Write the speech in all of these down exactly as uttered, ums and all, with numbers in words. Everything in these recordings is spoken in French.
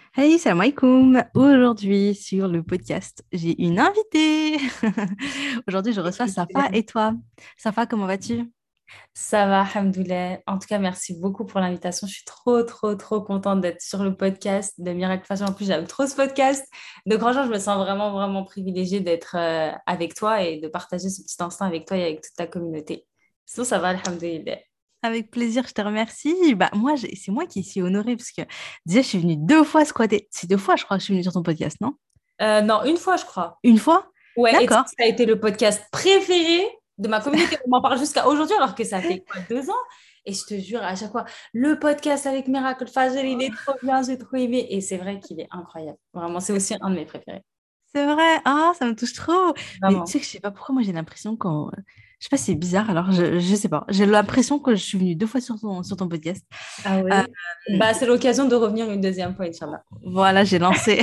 Hey, salam alaikum. Aujourd'hui, sur le podcast, j'ai une invitée. Aujourd'hui, je reçois Safa et toi. Safa, comment vas-tu? Ça va, Hamdoulilah. En tout cas, merci beaucoup pour l'invitation. Je suis trop, trop, trop contente d'être sur le podcast de Miracle Fashion. En plus, j'aime trop ce podcast. Donc, franchement, je me sens vraiment, vraiment privilégiée d'être euh, avec toi et de partager ce petit instant avec toi et avec toute ta communauté. Sinon, ça va, Alhamdoulilah. Avec plaisir, je te remercie. Bah, moi, j'ai- c'est moi qui suis honorée parce que déjà, je suis venue deux fois squatter. C'est deux fois, je crois, que je suis venue sur ton podcast, non? Euh, non, une fois, je crois. Une fois? Ouais, et tu sais D'accord. que ça a été le podcast préféré de ma communauté. On m'en parle jusqu'à aujourd'hui, alors que ça fait quoi, deux ans? Et je te jure, à chaque fois, le podcast avec Miracle Fagel, il est trop bien, j'ai trop aimé. Et c'est vrai qu'il est incroyable. Vraiment, c'est aussi un de mes préférés. C'est vrai. Ah, ça me touche trop. Mais tu Vraiment. sais que je sais pas pourquoi moi j'ai l'impression qu'on... Je sais pas, c'est bizarre. Alors, je, je sais pas. J'ai l'impression que je suis venue deux fois sur ton, sur ton podcast. Ah Euh, oui. Bah, c'est l'occasion de revenir une deuxième fois, Inch'Allah. Voilà, j'ai lancé.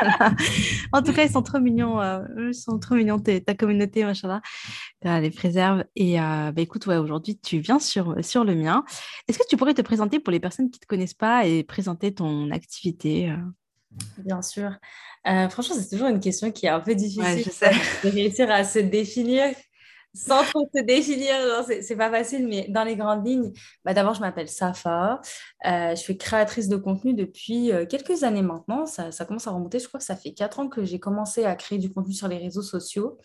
En tout cas, ils sont trop mignons. Euh, eux, ils sont trop mignons, tes- ta communauté, machin là. Les préserve. Et euh, bah, écoute, ouais, aujourd'hui, tu viens sur, sur le mien. Est-ce que tu pourrais te présenter pour les personnes qui ne te connaissent pas et présenter ton activité euh Bien sûr. Euh, franchement, c'est toujours une question qui est un peu Ouais, difficile je sais. quoi, de réussir à se définir sans trop se définir. Genre, c'est c'est pas facile, mais dans les grandes lignes, bah, d'abord, je m'appelle Safa. Euh, je suis créatrice de contenu depuis euh, quelques années maintenant. Ça, ça commence à remonter. Je crois que ça fait quatre ans que j'ai commencé à créer du contenu sur les réseaux sociaux.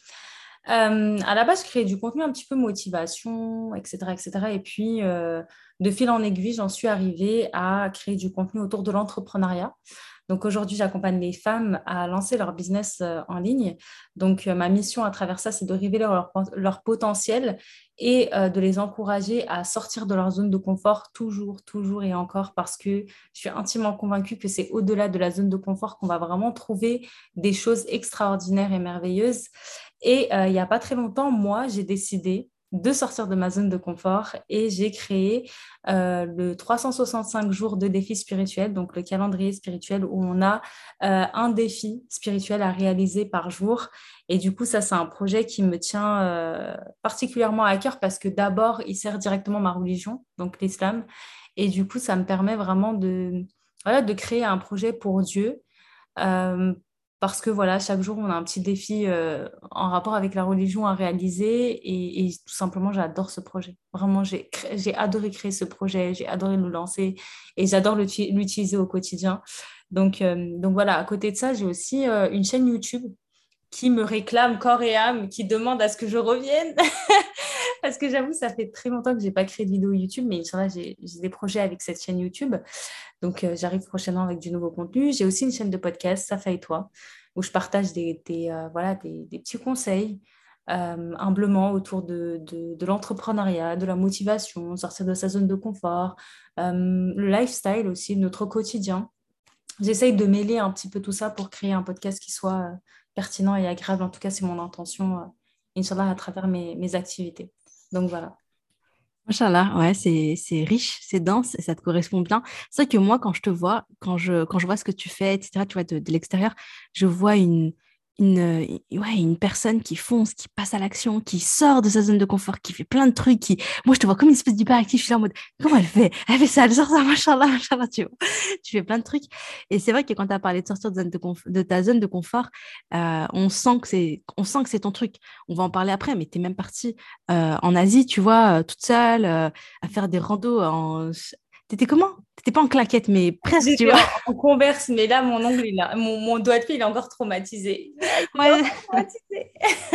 Euh, à la base, je créais du contenu un petit peu motivation, et cetera, et cetera. Et puis, euh, de fil en aiguille, j'en suis arrivée à créer du contenu autour de l'entrepreneuriat. Donc aujourd'hui, j'accompagne les femmes à lancer leur business euh, en ligne. Donc euh, ma mission à travers ça, c'est de révéler leur, leur potentiel et euh, de les encourager à sortir de leur zone de confort toujours, toujours et encore parce que je suis intimement convaincue que c'est au-delà de la zone de confort qu'on va vraiment trouver des choses extraordinaires et merveilleuses. Et euh, il n'y a pas très longtemps, moi, j'ai décidé de sortir de ma zone de confort et j'ai créé euh, le trois cent soixante-cinq jours de défi spirituel, donc le calendrier spirituel où on a euh, un défi spirituel à réaliser par jour. Et du coup, ça, c'est un projet qui me tient euh, particulièrement à cœur parce que d'abord, il sert directement ma religion, donc l'islam. Et du coup, ça me permet vraiment de, voilà, de créer un projet pour Dieu. Euh, Parce que voilà, chaque jour, on a un petit défi euh, en rapport avec la religion à réaliser et, et tout simplement, j'adore ce projet. Vraiment, j'ai cré- j'ai adoré créer ce projet, j'ai adoré le lancer et j'adore l'uti- l'utiliser au quotidien. Donc, euh, donc voilà, à côté de ça, j'ai aussi euh, une chaîne YouTube qui me réclame corps et âme, qui demande à ce que je revienne. Parce que j'avoue, ça fait très longtemps que j'ai pas créé de vidéo YouTube, mais Inch'Allah, j'ai j'ai des projets avec cette chaîne YouTube. Donc, euh, j'arrive prochainement avec du nouveau contenu. J'ai aussi une chaîne de podcast, Safa et toi, où je partage des, des, euh, voilà, des, des petits conseils euh, humblement autour de, de, de l'entrepreneuriat, de la motivation, sortir de sa zone de confort, euh, le lifestyle aussi, notre quotidien. J'essaye de mêler un petit peu tout ça pour créer un podcast qui soit euh, pertinent et agréable. En tout cas, c'est mon intention, euh, Inch'Allah, à travers mes, mes activités. Donc voilà. Machallah, ouais, c'est c'est riche, c'est dense et ça te correspond bien. C'est vrai que moi, quand je te vois, quand je, quand je vois ce que tu fais, et cetera, tu vois, de, de l'extérieur, je vois une, une, euh, ouais, une personne qui fonce, qui passe à l'action, qui sort de sa zone de confort, qui fait plein de trucs, qui... Moi, je te vois comme une espèce d'hyperactif, je suis là en mode, comment elle fait? Elle fait ça, elle sort ça, machallah, machallah, tu vois. Tu fais plein de trucs. Et c'est vrai que quand tu as parlé de sortir de, zone de, conf- de ta zone de confort, euh, on sent que c'est, on sent que c'est ton truc. On va en parler après, mais tu es même partie euh, en Asie, tu vois, euh, toute seule, euh, à faire des randos en... T'étais comment? T'étais pas en claquette, mais presque, tu J'étais vois. en, en converse, mais là, mon ongle, il a, mon, mon doigt de pied, il est encore traumatisé. Ah, il est Ouais, encore traumatisé.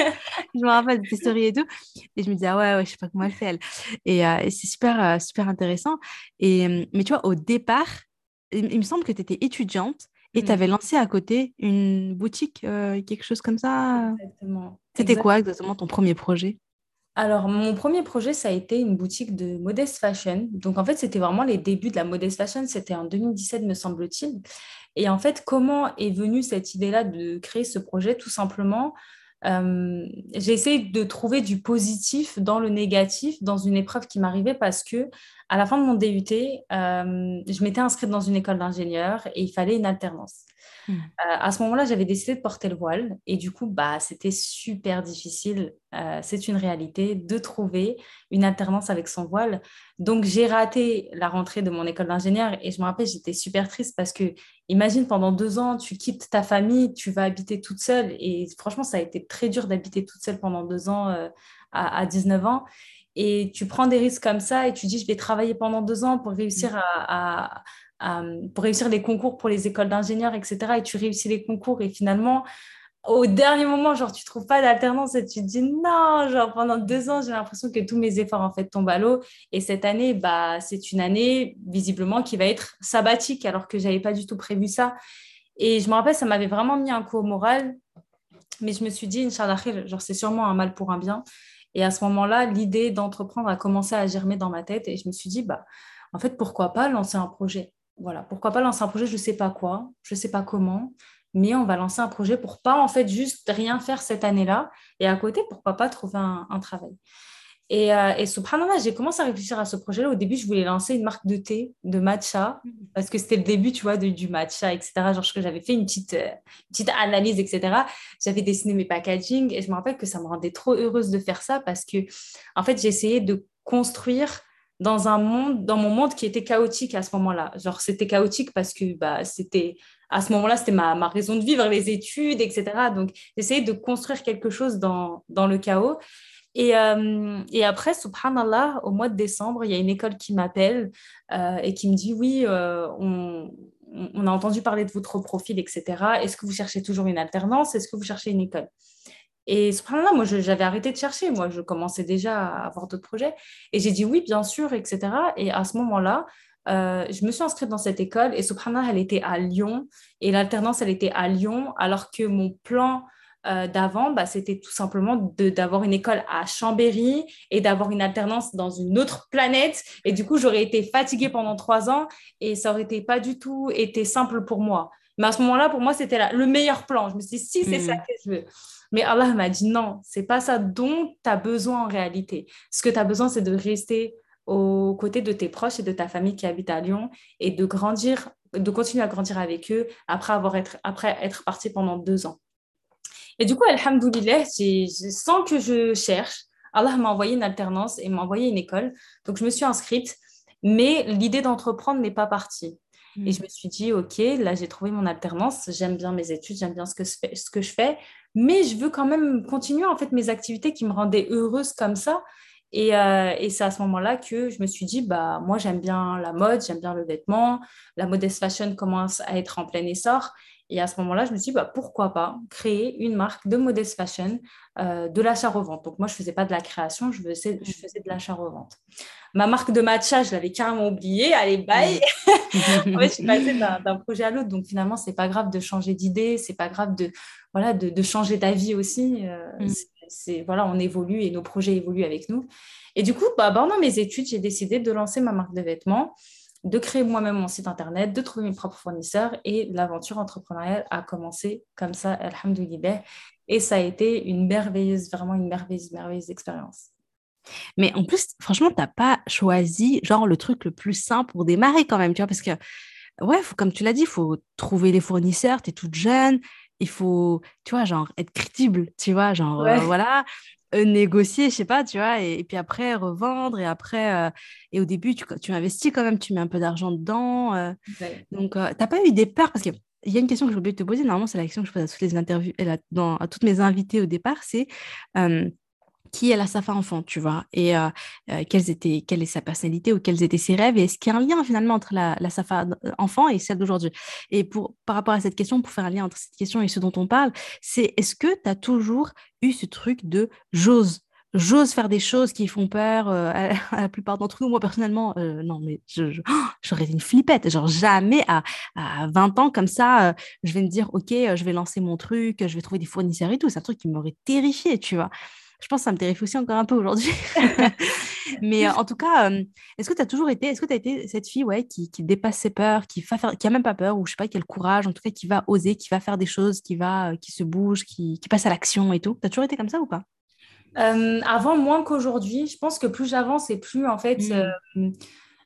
je me rappelle de tes stories et tout. Et je me disais, ah ouais, ouais, je sais pas comment elle fait, elle. Et, euh, et c'est super, euh, super intéressant. Et, euh, mais tu vois, au départ, il, il me semble que tu étais étudiante et tu Hmm, avais lancé à côté une boutique, euh, quelque chose comme ça. exactement. C'était Exact. quoi exactement ton premier projet? Alors, mon premier projet, ça a été une boutique de modest fashion. Donc, en fait, c'était vraiment les débuts de la modest fashion. C'était en deux mille dix-sept, me semble-t-il. Et en fait, comment est venue cette idée-là de créer ce projet? Tout simplement, euh, j'ai essayé de trouver du positif dans le négatif, dans une épreuve qui m'arrivait parce que à la fin de mon D U T, euh, je m'étais inscrite dans une école d'ingénieur et il fallait une alternance. Hmm. Euh, à ce moment-là, j'avais décidé de porter le voile et du coup, bah, c'était super difficile, euh, c'est une réalité, de trouver une alternance avec son voile. Donc, j'ai raté la rentrée de mon école d'ingénieur et je me rappelle, j'étais super triste parce que, imagine, pendant deux ans, tu quittes ta famille, tu vas habiter toute seule et franchement, ça a été très dur d'habiter toute seule pendant deux ans euh, à, à dix-neuf ans. Et tu prends des risques comme ça et tu dis, je vais travailler pendant deux ans pour réussir à, à euh, pour réussir les concours pour les écoles d'ingénieurs, et cetera. Et tu réussis les concours et finalement, au dernier moment, genre, tu trouves pas d'alternance et tu te dis non, genre, pendant deux ans, j'ai l'impression que tous mes efforts, en fait, tombent à l'eau. Et cette année, bah, c'est une année, visiblement, qui va être sabbatique, alors que j'avais pas du tout prévu ça. Et je me rappelle, ça m'avait vraiment mis un coup au moral, mais je me suis dit, Inch'Allah, khir, genre, c'est sûrement un mal pour un bien. Et à ce moment-là, l'idée d'entreprendre a commencé à germer dans ma tête et je me suis dit, bah, en fait, pourquoi pas lancer un projet? Voilà, pourquoi pas lancer un projet, je ne sais pas quoi, je ne sais pas comment, mais on va lancer un projet pour pas, en fait, juste rien faire cette année-là. Et à côté, pourquoi pas trouver un, un travail? Et, euh, et subhanallah, j'ai commencé à réfléchir à ce projet-là. Au début, je voulais lancer une marque de thé, de matcha, parce que c'était le début, tu vois, de- du matcha, et cetera. Genre, je- j'avais fait une petite, euh, petite analyse, et cetera. J'avais dessiné mes packaging et je me rappelle que ça me rendait trop heureuse de faire ça parce que, en fait, j'essayais de construire dans un monde, dans mon monde qui était chaotique à ce moment-là. Genre, c'était chaotique parce que, bah, c'était, à ce moment-là, c'était ma, ma raison de vivre, les études, et cetera. Donc, j'essayais de construire quelque chose dans, dans le chaos. Et, euh, et après, subhanallah, au mois de décembre, il y a une école qui m'appelle euh, et qui me dit, oui, euh, on, on a entendu parler de votre profil, et cetera. Est-ce que vous cherchez toujours une alternance? Est-ce que vous cherchez une école? Et subhanallah, moi, je- j'avais arrêté de chercher. Moi, je commençais déjà à avoir d'autres projets. Et j'ai dit oui, bien sûr, et cetera. Et à ce moment-là, euh, je me suis inscrite dans cette école et subhanallah, elle était à Lyon. Et l'alternance, elle était à Lyon, alors que mon plan euh, d'avant, bah, c'était tout simplement de- d'avoir une école à Chambéry et d'avoir une alternance dans une autre planète. Et du coup, j'aurais été fatiguée pendant trois ans et ça aurait été pas du tout été simple pour moi. Mais à ce moment-là, pour moi, c'était la- le meilleur plan. Je me suis dit, si c'est ça Hmm. que je veux. Mais Allah m'a dit non, c'est pas ça dont tu as besoin en réalité. Ce que tu as besoin, c'est de rester aux côtés de tes proches et de ta famille qui habite à Lyon et de grandir, de continuer à grandir avec eux après avoir être, après être parti pendant deux ans. Et du coup, alhamdoulilah, j'ai- j'ai- sans que je cherche, Allah m'a envoyé une alternance et m'a envoyé une école. Donc, je me suis inscrite, mais l'idée d'entreprendre n'est pas partie. Et Hmm. je me suis dit, OK, là, j'ai trouvé mon alternance, j'aime bien mes études, j'aime bien ce que, je fais- ce que je fais, mais je veux quand même continuer en fait mes activités qui me rendaient heureuse comme ça. Et, euh, et c'est à ce moment-là que je me suis dit, bah, moi, j'aime bien la mode, j'aime bien le vêtement, la modest fashion commence à être en plein essor. Et à ce moment-là, je me suis dit, bah, pourquoi pas créer une marque de modest fashion, euh, de l'achat-revente. Donc, moi, je ne faisais pas de la création, je faisais, je faisais de l'achat-revente. Ma marque de matcha, je l'avais carrément oubliée. Allez, bye. Hmm. En fait, je suis passée d'un d'un projet à l'autre. Donc, finalement, c'est pas grave de changer d'idée, c'est pas grave de, voilà, de, de changer d'avis aussi. Euh, Hmm. c'est, c'est- voilà, on évolue et nos projets évoluent avec nous. Et du coup, bah, pendant mes études, j'ai décidé de lancer ma marque de vêtements, de créer moi-même mon site internet, de trouver mes propres fournisseurs et l'aventure entrepreneuriale a commencé comme ça, alhamdoulilah. Et ça a été une merveilleuse, vraiment une merveilleuse, merveilleuse expérience. Mais en plus, franchement, t'as pas choisi genre le truc le plus simple pour démarrer quand même, tu vois, parce que ouais, faut, comme tu l'as dit, il faut trouver les fournisseurs, tu es toute jeune, il faut, tu vois, genre être crédible, tu vois, genre euh, Ouais. voilà, euh, négocier, je sais pas, tu vois, et, et puis après revendre, et après, euh, et au début, tu, tu investis quand même, tu mets un peu d'argent dedans, euh, Ouais. donc euh, t'as pas eu des peurs, parce que il y a une question que j'ai oublié de te poser, normalement, c'est la question que je pose à toutes les interviews, et là, dans, à toutes mes invitées au départ, c'est euh, qui est la Safa enfant, tu vois, et euh, euh, quelles étaient, quelle est sa personnalité ou quels étaient ses rêves, et est-ce qu'il y a un lien finalement entre la, la Safa d- enfant et celle d'aujourd'hui. Et pour, par rapport à cette question, pour faire un lien entre cette question et ce dont on parle, c'est est-ce que tu as toujours eu ce truc de j'ose, j'ose faire des choses qui font peur euh, à, à la plupart d'entre nous. Moi, personnellement, euh, non, mais je, je- oh, j'aurais été une flippette. Genre, jamais à, à vingt ans comme ça, euh, je vais me dire, OK, euh, je vais lancer mon truc, je vais trouver des fournisseurs et tout. C'est un truc qui m'aurait terrifié, tu vois. Je pense que ça me terrifie aussi encore un peu aujourd'hui. Mais euh, en tout cas, euh, est-ce que tu as toujours été, est-ce que tu as été cette fille ouais, qui, qui dépasse ses peurs, qui va faire, qui a même pas peur, ou je sais pas, qui a le courage, en tout cas, qui va oser, qui va faire des choses, qui va, euh, qui se bouge, qui, qui passe à l'action et tout. Tu as toujours été comme ça ou pas? Euh, avant, moins qu'aujourd'hui. Je pense que plus j'avance et plus, en fait, Hmm. euh,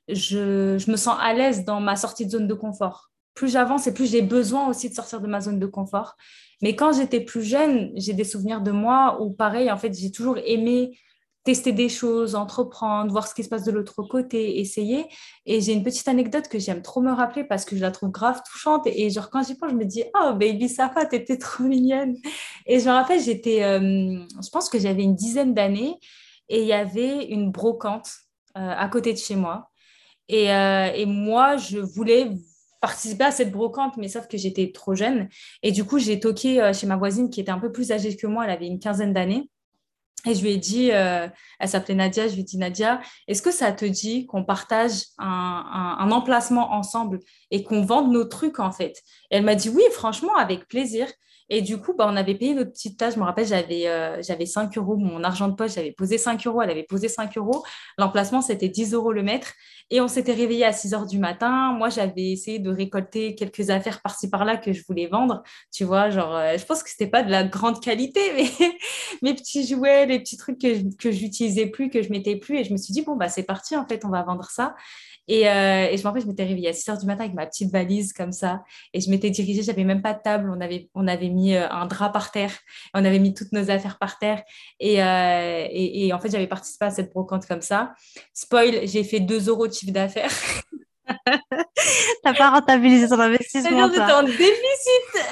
je, je me sens à l'aise dans ma sortie de zone de confort. Plus j'avance et plus j'ai besoin aussi de sortir de ma zone de confort. Mais quand j'étais plus jeune, j'ai des souvenirs de moi où, pareil, en fait, j'ai toujours aimé tester des choses, entreprendre, voir ce qui se passe de l'autre côté, essayer. Et j'ai une petite anecdote que j'aime trop me rappeler parce que je la trouve grave touchante. Et genre, quand j'y pense, je me dis, oh, baby Safa, t'étais trop mignonne. Et je me rappelle, j'étais, euh, je pense que j'avais une dizaine d'années et il y avait une brocante euh, à côté de chez moi. Et, euh, et moi, je voulais participer à cette brocante, mais sauf que j'étais trop jeune. Et du coup, j'ai toqué euh, chez ma voisine qui était un peu plus âgée que moi, elle avait une quinzaine d'années. Et je lui ai dit, euh, elle s'appelait Nadia, je lui ai dit, Nadia, est-ce que ça te dit qu'on partage un, un- un emplacement ensemble et qu'on vende nos trucs en fait? Et elle m'a dit, oui, franchement, avec plaisir. Et du coup, bah, on avait payé notre petite tâche. Je me rappelle, j'avais euh, j'avais cinq euros, mon argent de poche, j'avais posé cinq euros, elle avait posé cinq euros. L'emplacement, c'était dix euros le mètre. Et on s'était réveillé à six heures du matin. Moi, j'avais essayé de récolter quelques affaires par-ci par-là que je voulais vendre. Tu vois, genre, euh, je pense que c'était pas de la grande qualité, mais mes petits jouets, les petits trucs que, je- que j'utilisais plus, que je mettais plus. Et je me suis dit, bon, bah, c'est parti, en fait, on va vendre ça. Et, euh, et je me rappelle, je m'étais réveillée à six heures du matin avec ma petite valise comme ça. Et je m'étais dirigée, j'avais même pas de table. On avait, on avait mis euh, un drap par terre. On avait mis toutes nos affaires par terre. Et, euh, et, et en fait, j'avais participé à cette brocante comme ça. Spoil, j'ai fait deux euros de chiffre d'affaires. T'as pas rentabilisé son C'est-à-dire, investissement, j'étais toi. en déficit.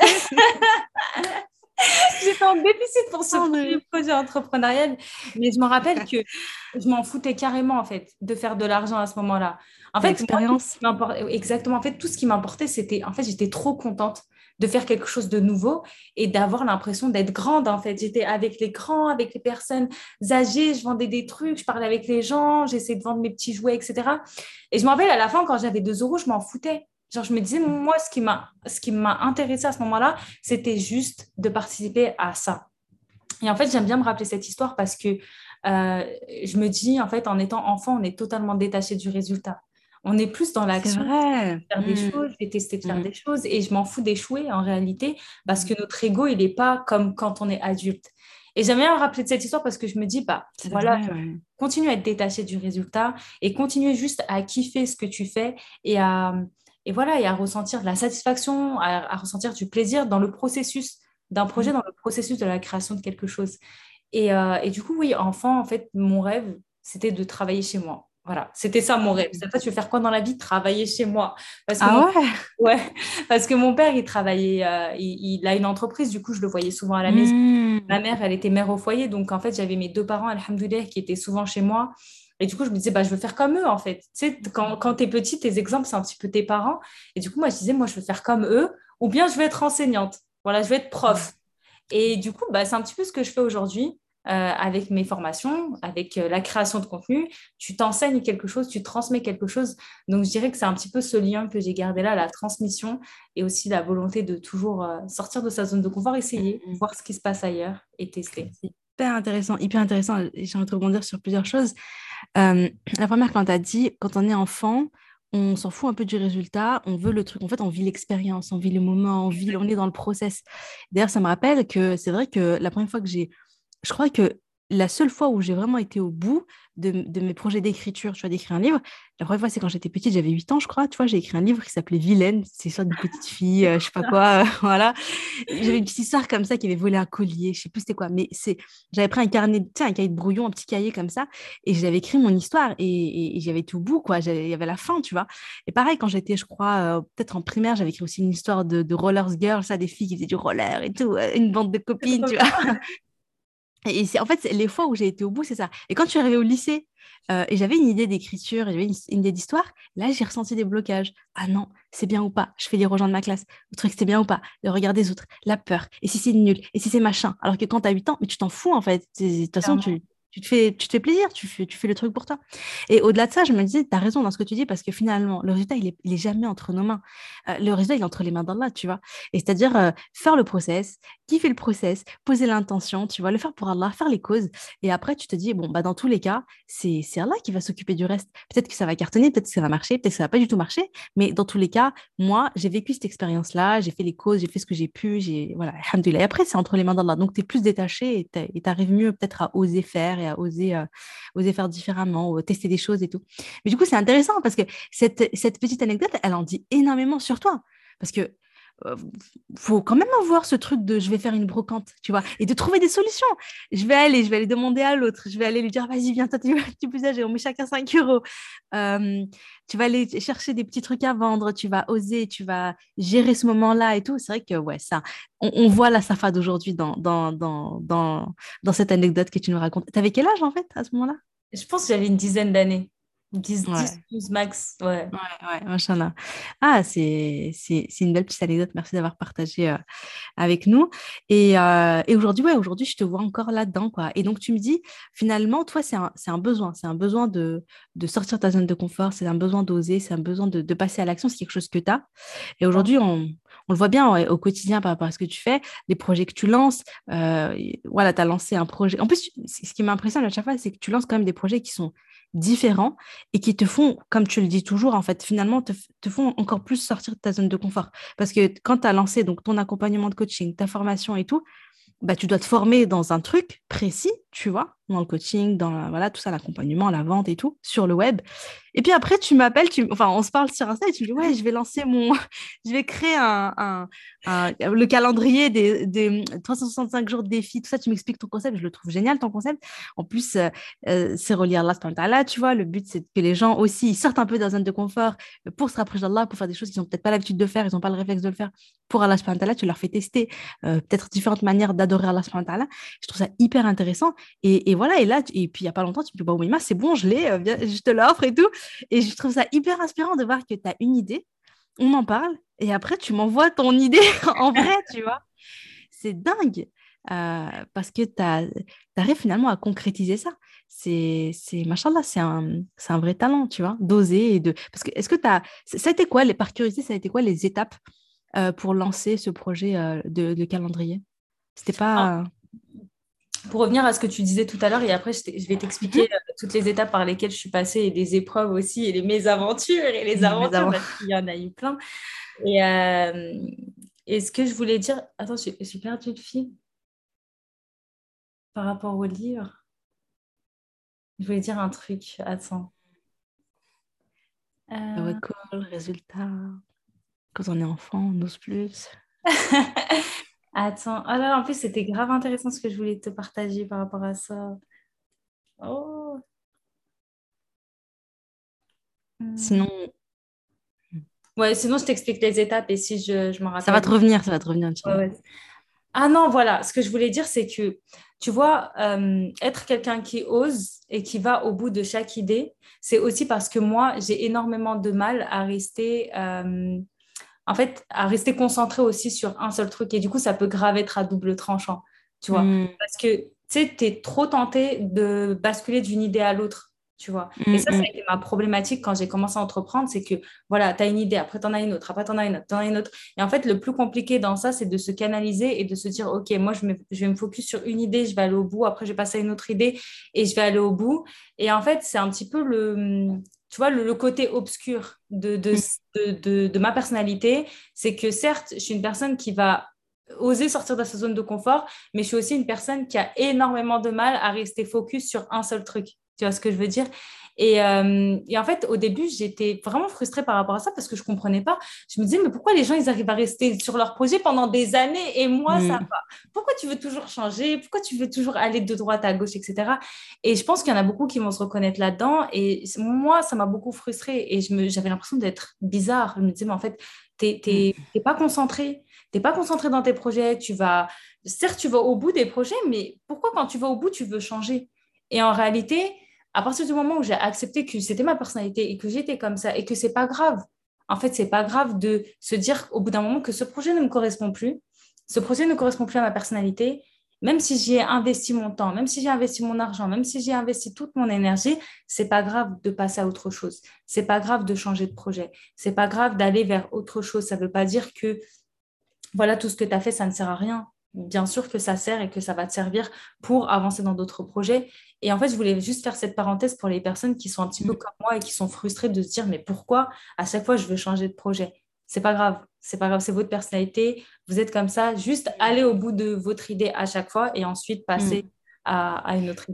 J'étais en déficit pour ce Oh, premier non. projet entrepreneurial, mais je me rappelle que je m'en foutais carrément en fait de faire de l'argent à ce moment-là. En fait, moi, tout ce L'expérience. qui m'importait, exactement, en fait, tout ce qui m'importait, c'était, en fait, j'étais trop contente de faire quelque chose de nouveau et d'avoir l'impression d'être grande. En fait, j'étais avec les grands, avec les personnes âgées, je vendais des trucs, je parlais avec les gens, j'essayais de vendre mes petits jouets, et cetera. Et je me rappelle à la fin, quand j'avais deux euros, je m'en foutais. Genre, je me disais, moi, ce qui m'a, ce qui m'a intéressé à ce moment-là, c'était juste de participer à ça. Et en fait, j'aime bien me rappeler cette histoire parce que euh, je me dis, en fait, en étant enfant, on est totalement détaché du résultat. On est plus dans C'est l'action, vrai. faire des Mm, choses, je vais tester de faire mm. des choses et je m'en fous d'échouer en réalité parce Mm. que notre ego, il n'est pas comme quand on est adulte. Et j'aime bien me rappeler de cette histoire parce que je me dis, bah C'est voilà, vrai, genre, ouais. continue à être détaché du résultat et continue juste à kiffer ce que tu fais et à, et voilà, et à ressentir de la satisfaction, à, à ressentir du plaisir dans le processus d'un projet, Mm. dans le processus de la création de quelque chose. Et, euh, et du coup, oui, enfant, en fait, mon rêve, c'était de travailler chez moi. Voilà, c'était ça mon rêve. En fait, tu veux faire quoi dans la vie? Travailler chez moi. Parce que Ah mon, ouais? ouais, parce que mon père, il travaillait, euh, il, il a une entreprise, du coup, je le voyais souvent à la maison. Mm. Ma mère, elle était mère au foyer, donc en fait, j'avais mes deux parents, alhamdoulilah, qui étaient souvent chez moi. Et du coup, je me disais, bah, je veux faire comme eux, en fait. Tu sais, quand, quand tu es petit, tes exemples, c'est un petit peu tes parents. Et du coup, moi, je disais, moi, je veux faire comme eux, ou bien je veux être enseignante. Voilà, je veux être Mm. prof. Et du coup, bah, c'est un petit peu ce que je fais aujourd'hui euh, avec mes formations, avec euh, la création de contenu. Tu t'enseignes quelque chose, tu transmets quelque chose. Donc, je dirais que c'est un petit peu ce lien que j'ai gardé là, la transmission et aussi la volonté de toujours euh, sortir de sa zone de confort, essayer, Mm. voir ce qui se passe ailleurs et tester. C'est hyper intéressant, hyper intéressant. J'ai envie de rebondir sur plusieurs choses. Euh, la première, quand tu as dit, quand on est enfant, on s'en fout un peu du résultat, on veut le truc. En fait, on vit l'expérience, on vit le moment, on vit, on est dans le process. D'ailleurs, ça me rappelle que c'est vrai que la première fois que j'ai, je crois que la seule fois où j'ai vraiment été au bout de, de mes projets d'écriture, tu vois, d'écrire un livre, la première fois, c'est quand j'étais petite, j'avais huit ans, je crois, tu vois, j'ai écrit un livre qui s'appelait Vilaine, c'est l'histoire d'une petite fille, euh, je sais pas quoi, voilà. J'avais une petite histoire comme ça qui avait volé un collier, je sais plus c'était quoi, mais c'est, j'avais pris un carnet, tu sais, un cahier de brouillon, un petit cahier comme ça, et j'avais écrit mon histoire et, et, et j'avais tout au bout, quoi. J'avais- Il y avait la fin, tu vois. Et pareil, quand j'étais, je crois, euh, peut-être en primaire, j'avais écrit aussi une histoire de, de rollers girl, ça, des filles qui faisaient du roller et tout, euh, une bande de C'est copines, trop tu vois. bien. Et c'est, en fait, c'est les fois où j'ai été au bout, c'est ça. Et quand je suis arrivée au lycée euh, et j'avais une idée d'écriture, j'avais une, une idée d'histoire, là, j'ai ressenti des blocages. Ah non, c'est bien ou pas? Je fais les rejoindre ma classe. Le truc, c'est bien ou pas? Le regard des autres, la peur. Et si c'est nul? Et si c'est machin? Alors que quand tu as huit ans, mais tu t'en fous, en fait. C'est- De toute façon, Clairement. tu, tu te fais, tu te fais plaisir, tu fais, tu fais le truc pour toi. Et au-delà de ça, je me disais, tu as raison dans ce que tu dis parce que finalement, le résultat, il est, il est jamais entre nos mains. Euh, le résultat, il est entre les mains d'Allah, tu vois. Et c'est-à-dire euh, faire le process, kiffer le process, poser l'intention, tu vois, le faire pour Allah, faire les causes. Et après, tu te dis, bon, bah, dans tous les cas, c'est, c'est Allah qui va s'occuper du reste. Peut-être que ça va cartonner, peut-être que ça va marcher, peut-être que ça va pas du tout marcher. Mais dans tous les cas, moi, j'ai vécu cette expérience-là, j'ai fait les causes, j'ai fait ce que j'ai pu, j'ai, voilà, alhamdoulilah. Et après, c'est entre les mains d'Allah. Donc, tu es plus détaché et tu arrives mieux peut-être à oser faire faire et à oser, euh, oser faire différemment, ou tester des choses et tout. Mais du coup, c'est intéressant parce que cette, cette petite anecdote, elle en dit énormément sur toi. Parce que euh, faut quand même avoir ce truc de je vais faire une brocante, tu vois, et de trouver des solutions. Je vais aller, je vais aller demander à l'autre, je vais aller lui dire, vas-y, viens, toi, tu, tu peux ça, on met chacun cinq euros. Euh, tu vas aller chercher des petits trucs à vendre, tu vas oser, tu vas gérer ce moment-là et tout. C'est vrai que, ouais, ça, on, on voit la Safa d'aujourd'hui dans, dans, dans, dans, dans cette anecdote que tu nous racontes. T'avais quel âge, en fait, à ce moment-là? Je pense que j'avais une dizaine d'années. Dix, dix, Ouais. douze max, ouais. Ouais, ouais, machallah. Ah, c'est, c'est, c'est une belle petite anecdote. Merci d'avoir partagé euh, avec nous. Et, euh, et aujourd'hui, ouais, aujourd'hui, je te vois encore là-dedans, quoi. Et donc, tu me dis, finalement, toi, c'est un, c'est un besoin. C'est un besoin de, de sortir de ta zone de confort. C'est un besoin d'oser. C'est un besoin de, de passer à l'action. C'est quelque chose que tu as. Et aujourd'hui, on, on le voit bien ouais, au quotidien par rapport à ce que tu fais, les projets que tu lances. Euh, et voilà, tu as lancé un projet. En plus, tu- ce qui m'impressionne à chaque fois, c'est que tu lances quand même des projets qui sont différents et qui te font, comme tu le dis toujours, en fait, finalement, te, te font encore plus sortir de ta zone de confort. Parce que quand tu as lancé donc, ton accompagnement de coaching, ta formation et tout, bah, tu dois te former dans un truc précis, tu vois, dans le coaching, dans la- voilà, tout ça, l'accompagnement, la vente et tout, sur le web. Et puis après, tu m'appelles, tu... enfin, on se parle sur Insta et tu me dis, ouais, je vais lancer mon, je vais créer un, un- un- le calendrier des, des trois cent soixante-cinq jours de défi, tout ça, tu m'expliques ton concept, je le trouve génial, ton concept. En plus, euh, euh, c'est relié à Allah, subhanahu wa ta'ala, tu vois, le but, c'est que les gens aussi, ils sortent un peu de leur zone de confort pour se rapprocher d'Allah, pour faire des choses qu'ils n'ont peut-être pas l'habitude de faire, ils n'ont pas le réflexe de le faire. Pour Allah, subhanahu wa ta'ala, tu leur fais tester euh, peut-être différentes manières d'adorer Allah, subhanahu wa ta'ala. Je trouve ça hyper intéressant. Et, et voilà, et là, tu- et puis il n'y a pas longtemps, tu me dis, bah, Ouima, c'est bon, je l'ai, euh, viens, je te l'offre et tout. Et je trouve ça hyper inspirant de voir que tu as une idée, on en parle, et après, tu m'envoies ton idée en vrai, tu vois. C'est dingue. Euh, parce que tu arrives finalement à concrétiser ça. C'est, c'est, machallah, c'est un, c'est un vrai talent, tu vois, d'oser et de. Parce que, est-ce que tu as. Ça a été quoi, les, par curiosité, ça a été quoi les étapes euh, pour lancer ce projet euh, de, de calendrier? C'était Alors, pas. pour revenir à ce que tu disais tout à l'heure, et après, je, t'ai- je vais t'expliquer Mhm. euh, toutes les étapes par lesquelles je suis passée, et les épreuves aussi, et les mésaventures, et les Mais aventures, avant. parce qu'il y en a eu plein. Et, euh, et ce que je voulais dire, attends, j'ai j'ai perdu le fil par rapport au livre. Je voulais dire un truc, attends. Euh, Tawakkul, résultat. Quand on est enfant, on n'ose plus. Attends, ah là, en plus, c'était grave intéressant ce que je voulais te partager par rapport à ça. Oh. Hmm. Sinon, Ouais, sinon, je t'explique les étapes et si je, je m'en ça va rappelle. te revenir, ça va te revenir, Ouais, Inch'Allah. ouais. Ah non, voilà, ce que je voulais dire, c'est que, tu vois, euh, être quelqu'un qui ose et qui va au bout de chaque idée, c'est aussi parce que moi, j'ai énormément de mal à rester, euh, en fait, à rester concentré aussi sur un seul truc. Et du coup, ça peut grave être à double tranchant, tu vois. Mm, Parce que, tu sais, tu es trop tenté de basculer d'une idée à l'autre, tu vois. Et mm, ça, ça a mm, été ma problématique quand j'ai commencé à entreprendre, c'est que, voilà, tu as une idée, après tu en as une autre, après tu en as une autre, tu en as une autre. Et en fait, le plus compliqué dans ça, c'est de se canaliser et de se dire, OK, moi, je, me- je vais me focus sur une idée, je vais aller au bout, après, je vais passer à une autre idée et je vais aller au bout. Et en fait, c'est un petit peu le, tu vois, le, le côté obscur de, de, mm, de, de, de ma personnalité, c'est que certes, je suis une personne qui va oser sortir de sa zone de confort, mais je suis aussi une personne qui a énormément de mal à rester focus sur un seul truc. Tu vois ce que je veux dire? Et, euh, et en fait, au début, j'étais vraiment frustrée par rapport à ça parce que je ne comprenais pas. Je me disais, mais pourquoi les gens, ils arrivent à rester sur leur projet pendant des années et moi, ça mm, va? Pourquoi tu veux toujours changer? Pourquoi tu veux toujours aller de droite à gauche, et cetera. Et je pense qu'il y en a beaucoup qui vont se reconnaître là-dedans. Et moi, ça m'a beaucoup frustrée et je me, j'avais l'impression d'être bizarre. Je me disais, mais en fait, t'es, t'es, mm, t'es pas concentré. T'es pas concentré dans tes projets. Tu vas, certes, tu vas au bout des projets, mais pourquoi quand tu vas au bout, tu veux changer? Et en réalité, à partir du moment où j'ai accepté que c'était ma personnalité et que j'étais comme ça et que c'est pas grave, en fait, c'est pas grave de se dire au bout d'un moment que ce projet ne me correspond plus, ce projet ne correspond plus à ma personnalité, même si j'y ai investi mon temps, même si j'ai investi mon argent, même si j'ai investi toute mon énergie, c'est pas grave de passer à autre chose. C'est pas grave de changer de projet. C'est pas grave d'aller vers autre chose. Ça veut pas dire que voilà, tout ce que tu as fait, ça ne sert à rien. Bien sûr que ça sert et que ça va te servir pour avancer dans d'autres projets. Et en fait, je voulais juste faire cette parenthèse pour les personnes qui sont un petit peu mm. comme moi et qui sont frustrées de se dire, mais pourquoi à chaque fois je veux changer de projet? C'est pas grave, c'est pas grave, c'est votre personnalité, vous êtes comme ça, juste allez au bout de votre idée à chaque fois et ensuite Mm. passer à, à une autre idée.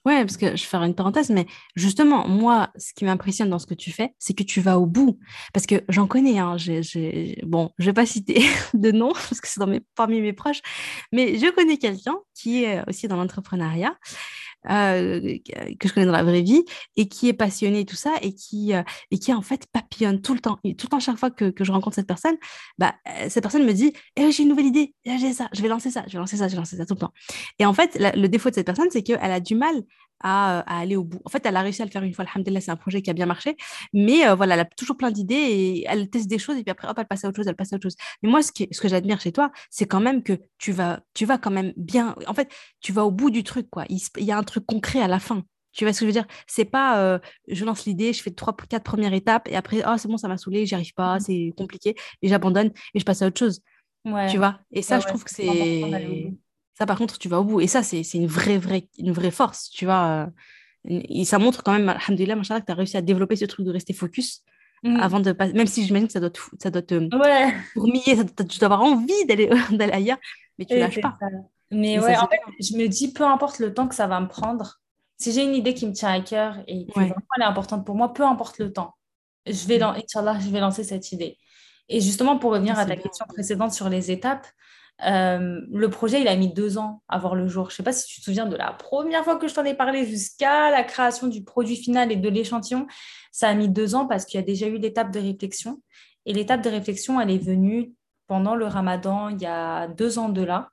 Ouais, parce que je vais faire une parenthèse, mais justement, moi, ce qui m'impressionne dans ce que tu fais, c'est que tu vas au bout. Parce que j'en connais, hein, j'ai, j'ai- bon, je vais pas citer de nom, parce que c'est dans mes, parmi mes proches, mais je connais quelqu'un qui est aussi dans l'entrepreneuriat, euh, que je connais dans la vraie vie, et qui est passionné et tout ça, et qui, euh, et qui en fait papillonne tout le temps. Et tout le temps, chaque fois que, que je rencontre cette personne, bah, euh, cette personne me dit, eh, j'ai une nouvelle idée, eh, j'ai ça, je vais lancer ça, je vais lancer ça, je vais lancer ça tout le temps. Et en fait, la- le défaut de cette personne, c'est qu'elle a du mal à, à aller au bout. En fait, elle a réussi à le faire une fois, alhamdoulilah, c'est un projet qui a bien marché, mais euh, voilà, elle a toujours plein d'idées et elle teste des choses et puis après, hop, elle passe à autre chose, elle passe à autre chose. Mais moi, ce qui, ce que j'admire chez toi, c'est quand même que tu vas, tu vas quand même bien, en fait, tu vas au bout du truc, quoi. Il, se- il y a un truc concret à la fin. Tu vois ce que je veux dire? C'est pas euh, je lance l'idée, je fais trois, quatre premières étapes et après, oh, c'est bon, ça m'a saoulé, j'y arrive pas, c'est compliqué et j'abandonne et je passe à autre chose. Tu Ouais, vois? Et ouais, ça, je ouais, trouve que c'est trop important d'aller au c'est. bout. Ça, par contre, tu vas au bout. Et ça, c'est c'est une vraie, vraie, une vraie force, tu vois. Et ça montre quand même, alhamdoulilah, machallah, que tu as réussi à développer ce truc de rester focus Mm. avant de passer. Même si j'imagine que ça doit te, fou- ça doit te Ouais, fourmiller, ça doit- tu dois avoir envie d'aller d'aller ailleurs, mais tu et lâches c'est pas. ça. Mais Et ça, ouais, en c'est bien. fait, je me dis, peu importe le temps que ça va me prendre, si j'ai une idée qui me tient à cœur et que Ouais. vraiment elle est importante pour moi, peu importe le temps, je vais, Mm. lan- Inch'Allah, je vais lancer cette idée. Et justement, pour Ça, revenir à c'est ta bien. question précédente sur les étapes, euh, le projet, il a mis deux ans à voir le jour. Je ne sais pas si tu te souviens de la première fois que je t'en ai parlé jusqu'à la création du produit final et de l'échantillon. Ça a mis deux ans parce qu'il y a déjà eu l'étape de réflexion. Et l'étape de réflexion, elle est venue pendant le Ramadan, il y a deux ans de là.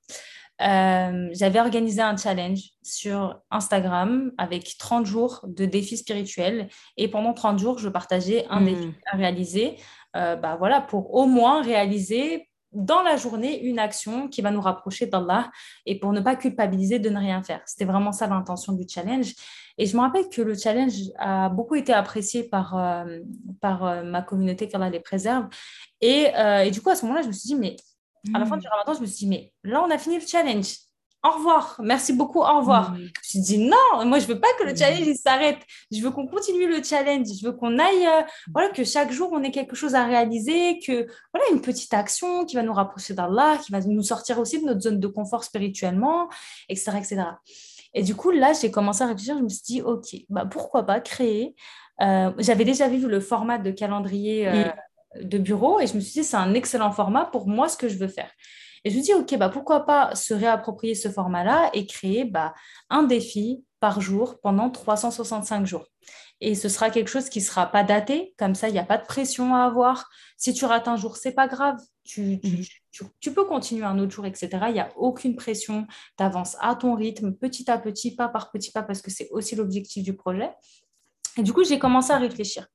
Euh, j'avais organisé un challenge sur Instagram avec trente jours de défis spirituels. Et pendant trente jours, je partageais un défi Mm. à réaliser, euh, bah voilà, pour au moins réaliser dans la journée une action qui va nous rapprocher d'Allah et pour ne pas culpabiliser de ne rien faire. C'était vraiment ça l'intention du challenge. Et je me rappelle que le challenge a beaucoup été apprécié par, euh, par euh, ma communauté, qu'Allah les préserve. Et, euh, et du coup, à ce moment-là, je me suis dit, mais à la fin du Mm. ramadan, je me suis dit, mais là, on a fini le challenge. Au revoir. Merci beaucoup. Au revoir. Mm. Je me suis dit, non, moi, je veux pas que le challenge Mm. il s'arrête. Je veux qu'on continue le challenge. Je veux qu'on aille, euh, voilà, que chaque jour, on ait quelque chose à réaliser, que, voilà, une petite action qui va nous rapprocher d'Allah, qui va nous sortir aussi de notre zone de confort spirituellement, et cetera, et cetera. Et du coup, là, j'ai commencé à réfléchir. Je me suis dit, OK, bah, pourquoi pas créer. Euh, j'avais déjà vu le format de calendrier euh, Mm. de bureau et je me suis dit, c'est un excellent format pour moi, ce que je veux faire. Et je me dis, OK, bah, pourquoi pas se réapproprier ce format-là et créer bah, un défi par jour pendant trois cent soixante-cinq jours. Et ce sera quelque chose qui ne sera pas daté, comme ça, il n'y a pas de pression à avoir. Si tu rates un jour, c'est pas grave. Tu, tu, Mm. tu, tu peux continuer un autre jour, et cetera. Il n'y a aucune pression. Tu avances à ton rythme, petit à petit, pas par petit pas, parce que c'est aussi l'objectif du projet. Et du coup, j'ai commencé à réfléchir.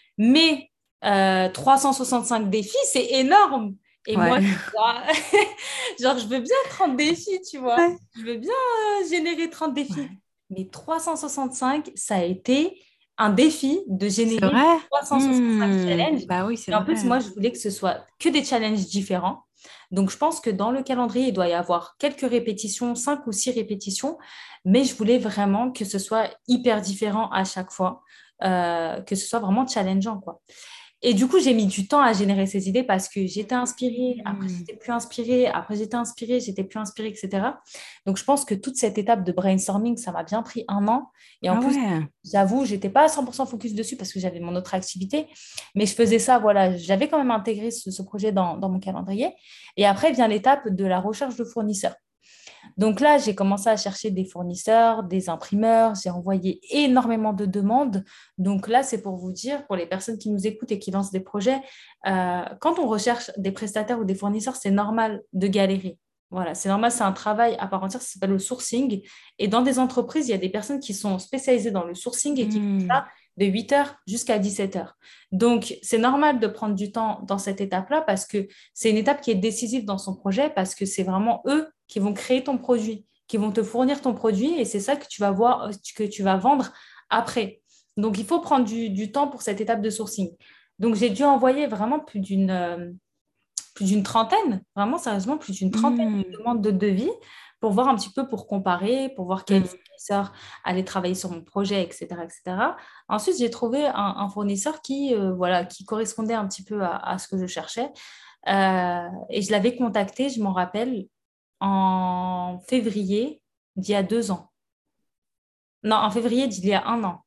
Mais euh, trois cent soixante-cinq défis, c'est énorme. Et Ouais. moi, ouah, genre, je veux bien trente défis, tu vois. Ouais. Je veux bien euh, générer trente défis. Ouais. Mais trois cent soixante-cinq, ça a été un défi de C'est générer vrai? trois cent soixante-cinq Mm. challenges. Bah oui, c'est Et en plus, vrai. moi, je voulais que ce soit que des challenges différents. Donc, je pense que dans le calendrier, il doit y avoir quelques répétitions, cinq ou six répétitions, mais je voulais vraiment que ce soit hyper différent à chaque fois, euh, que ce soit vraiment challengeant, quoi. Et du coup, j'ai mis du temps à générer ces idées parce que j'étais inspirée, après Mm. j'étais plus inspirée, après j'étais inspirée, j'étais plus inspirée, et cetera. Donc, je pense que toute cette étape de brainstorming, ça m'a bien pris un an. Et en Ah plus, ouais. j'avoue, j'étais pas à cent pour cent focus dessus parce que j'avais mon autre activité, mais je faisais ça, voilà, j'avais quand même intégré ce, ce projet dans, dans mon calendrier. Et après vient l'étape de la recherche de fournisseurs. Donc là, j'ai commencé à chercher des fournisseurs, des imprimeurs, j'ai envoyé énormément de demandes. Donc là, c'est pour vous dire, pour les personnes qui nous écoutent et qui lancent des projets, euh, quand on recherche des prestataires ou des fournisseurs, c'est normal de galérer. Voilà, c'est normal, c'est un travail à part entière, ça s'appelle le sourcing. Et dans des entreprises, il y a des personnes qui sont spécialisées dans le sourcing et qui font Mm. ça de huit heures jusqu'à dix-sept heures. Donc, c'est normal de prendre du temps dans cette étape-là parce que c'est une étape qui est décisive dans son projet parce que c'est vraiment eux qui vont créer ton produit, qui vont te fournir ton produit et c'est ça que tu vas voir, que tu vas vendre après. Donc, il faut prendre du, du temps pour cette étape de sourcing. Donc, j'ai dû envoyer vraiment plus d'une euh, plus d'une trentaine, vraiment sérieusement, plus d'une trentaine de Mm. demandes de devis pour voir un petit peu, pour comparer, pour voir quel Mm. fournisseur allait travailler sur mon projet, et cetera, et cetera. Ensuite, j'ai trouvé un, un fournisseur qui, euh, voilà, qui correspondait un petit peu à, à ce que je cherchais. Euh, et je l'avais contacté, je m'en rappelle, en février d'il y a deux ans. Non, en février d'il y a un an.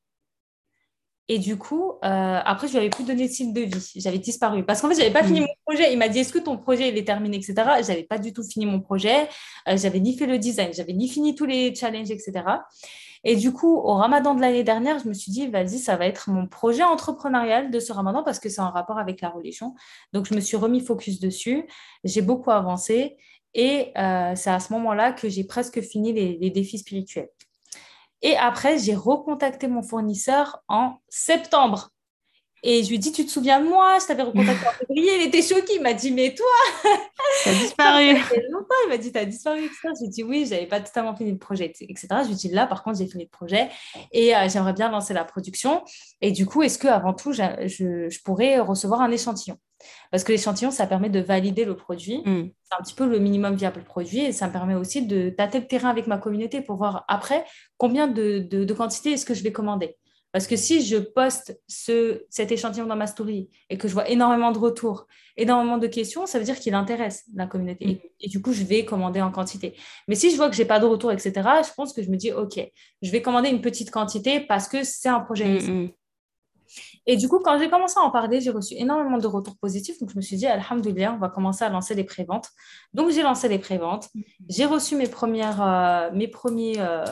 Et du coup, euh, après, je lui avais plus donné de signe de vie. J'avais disparu. Parce qu'en fait, je n'avais pas fini Hmm. mon projet. Il m'a dit, est-ce que ton projet, il est terminé, et cetera. Je n'avais pas du tout fini mon projet. Euh, j'avais ni fait le design, j'avais ni fini tous les challenges, et cetera. Et du coup, au ramadan de l'année dernière, je me suis dit, vas-y, ça va être mon projet entrepreneurial de ce ramadan parce que c'est en rapport avec la religion. Donc, je me suis remis focus dessus. J'ai beaucoup avancé. Et euh, c'est à ce moment-là que j'ai presque fini les, les défis spirituels. Et après, j'ai recontacté mon fournisseur en septembre. Et je lui ai dit, tu te souviens de moi? Je t'avais recontacté en février. Il était choqué. Il m'a dit, mais toi, T'as comme ça disparu. fait longtemps. Il m'a dit, t'as disparu, et cetera. Je lui ai dit, oui, j'avais pas totalement fini le projet, et cetera. Je lui ai dit, là, par contre, j'ai fini le projet et euh, j'aimerais bien lancer la production. Et du coup, est-ce que avant tout, je, je- je pourrais recevoir un échantillon? Parce que l'échantillon, ça permet de valider le produit. Hmm. C'est un petit peu le minimum viable produit et ça me permet aussi de tâter le terrain avec ma communauté pour voir après combien de, de, de quantité est-ce que je vais commander. Parce que si je poste ce, cet échantillon dans ma story et que je vois énormément de retours, énormément de questions, ça veut dire qu'il intéresse la communauté. Hmm. Et, et du coup, je vais commander en quantité. Mais si je vois que j'ai pas de retour, et cetera, je pense que je me dis, OK, je vais commander une petite quantité parce que c'est un projet Hmm. initial. Hmm. Et du coup, quand j'ai commencé à en parler, j'ai reçu énormément de retours positifs. Donc, je me suis dit, Alhamdoulilah, on va commencer à lancer les préventes. Donc, j'ai lancé les préventes. J'ai reçu mes premières, euh, mes premiers, euh,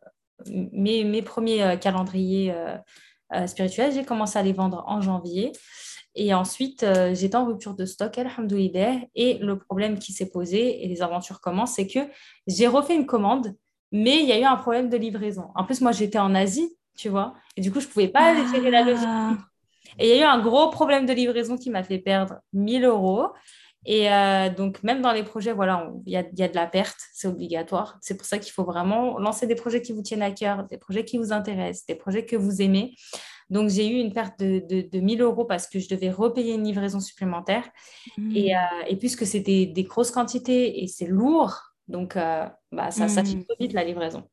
mes, mes premiers euh, calendriers euh, euh, spirituels. J'ai commencé à les vendre en janvier. Et ensuite, euh, j'étais en rupture de stock, Alhamdoulilah. Et le problème qui s'est posé, et les aventures commencent, c'est que j'ai refait une commande, mais il y a eu un problème de livraison. En plus, moi, j'étais en Asie, tu vois. Et du coup, je ne pouvais pas gérer la logistique. Ah. Et il y a eu un gros problème de livraison qui m'a fait perdre mille euros. Et euh, donc, même dans les projets, voilà, on- il y a, il y a de la perte, c'est obligatoire. C'est pour ça qu'il faut vraiment lancer des projets qui vous tiennent à cœur, des projets qui vous intéressent, des projets que vous aimez. Donc, j'ai eu une perte de, de, de mille euros parce que je devais repayer une livraison supplémentaire. Et, euh, Hmm. et puisque c'était des grosses quantités et c'est lourd, donc euh, bah, ça s'achète Hmm. vite la livraison.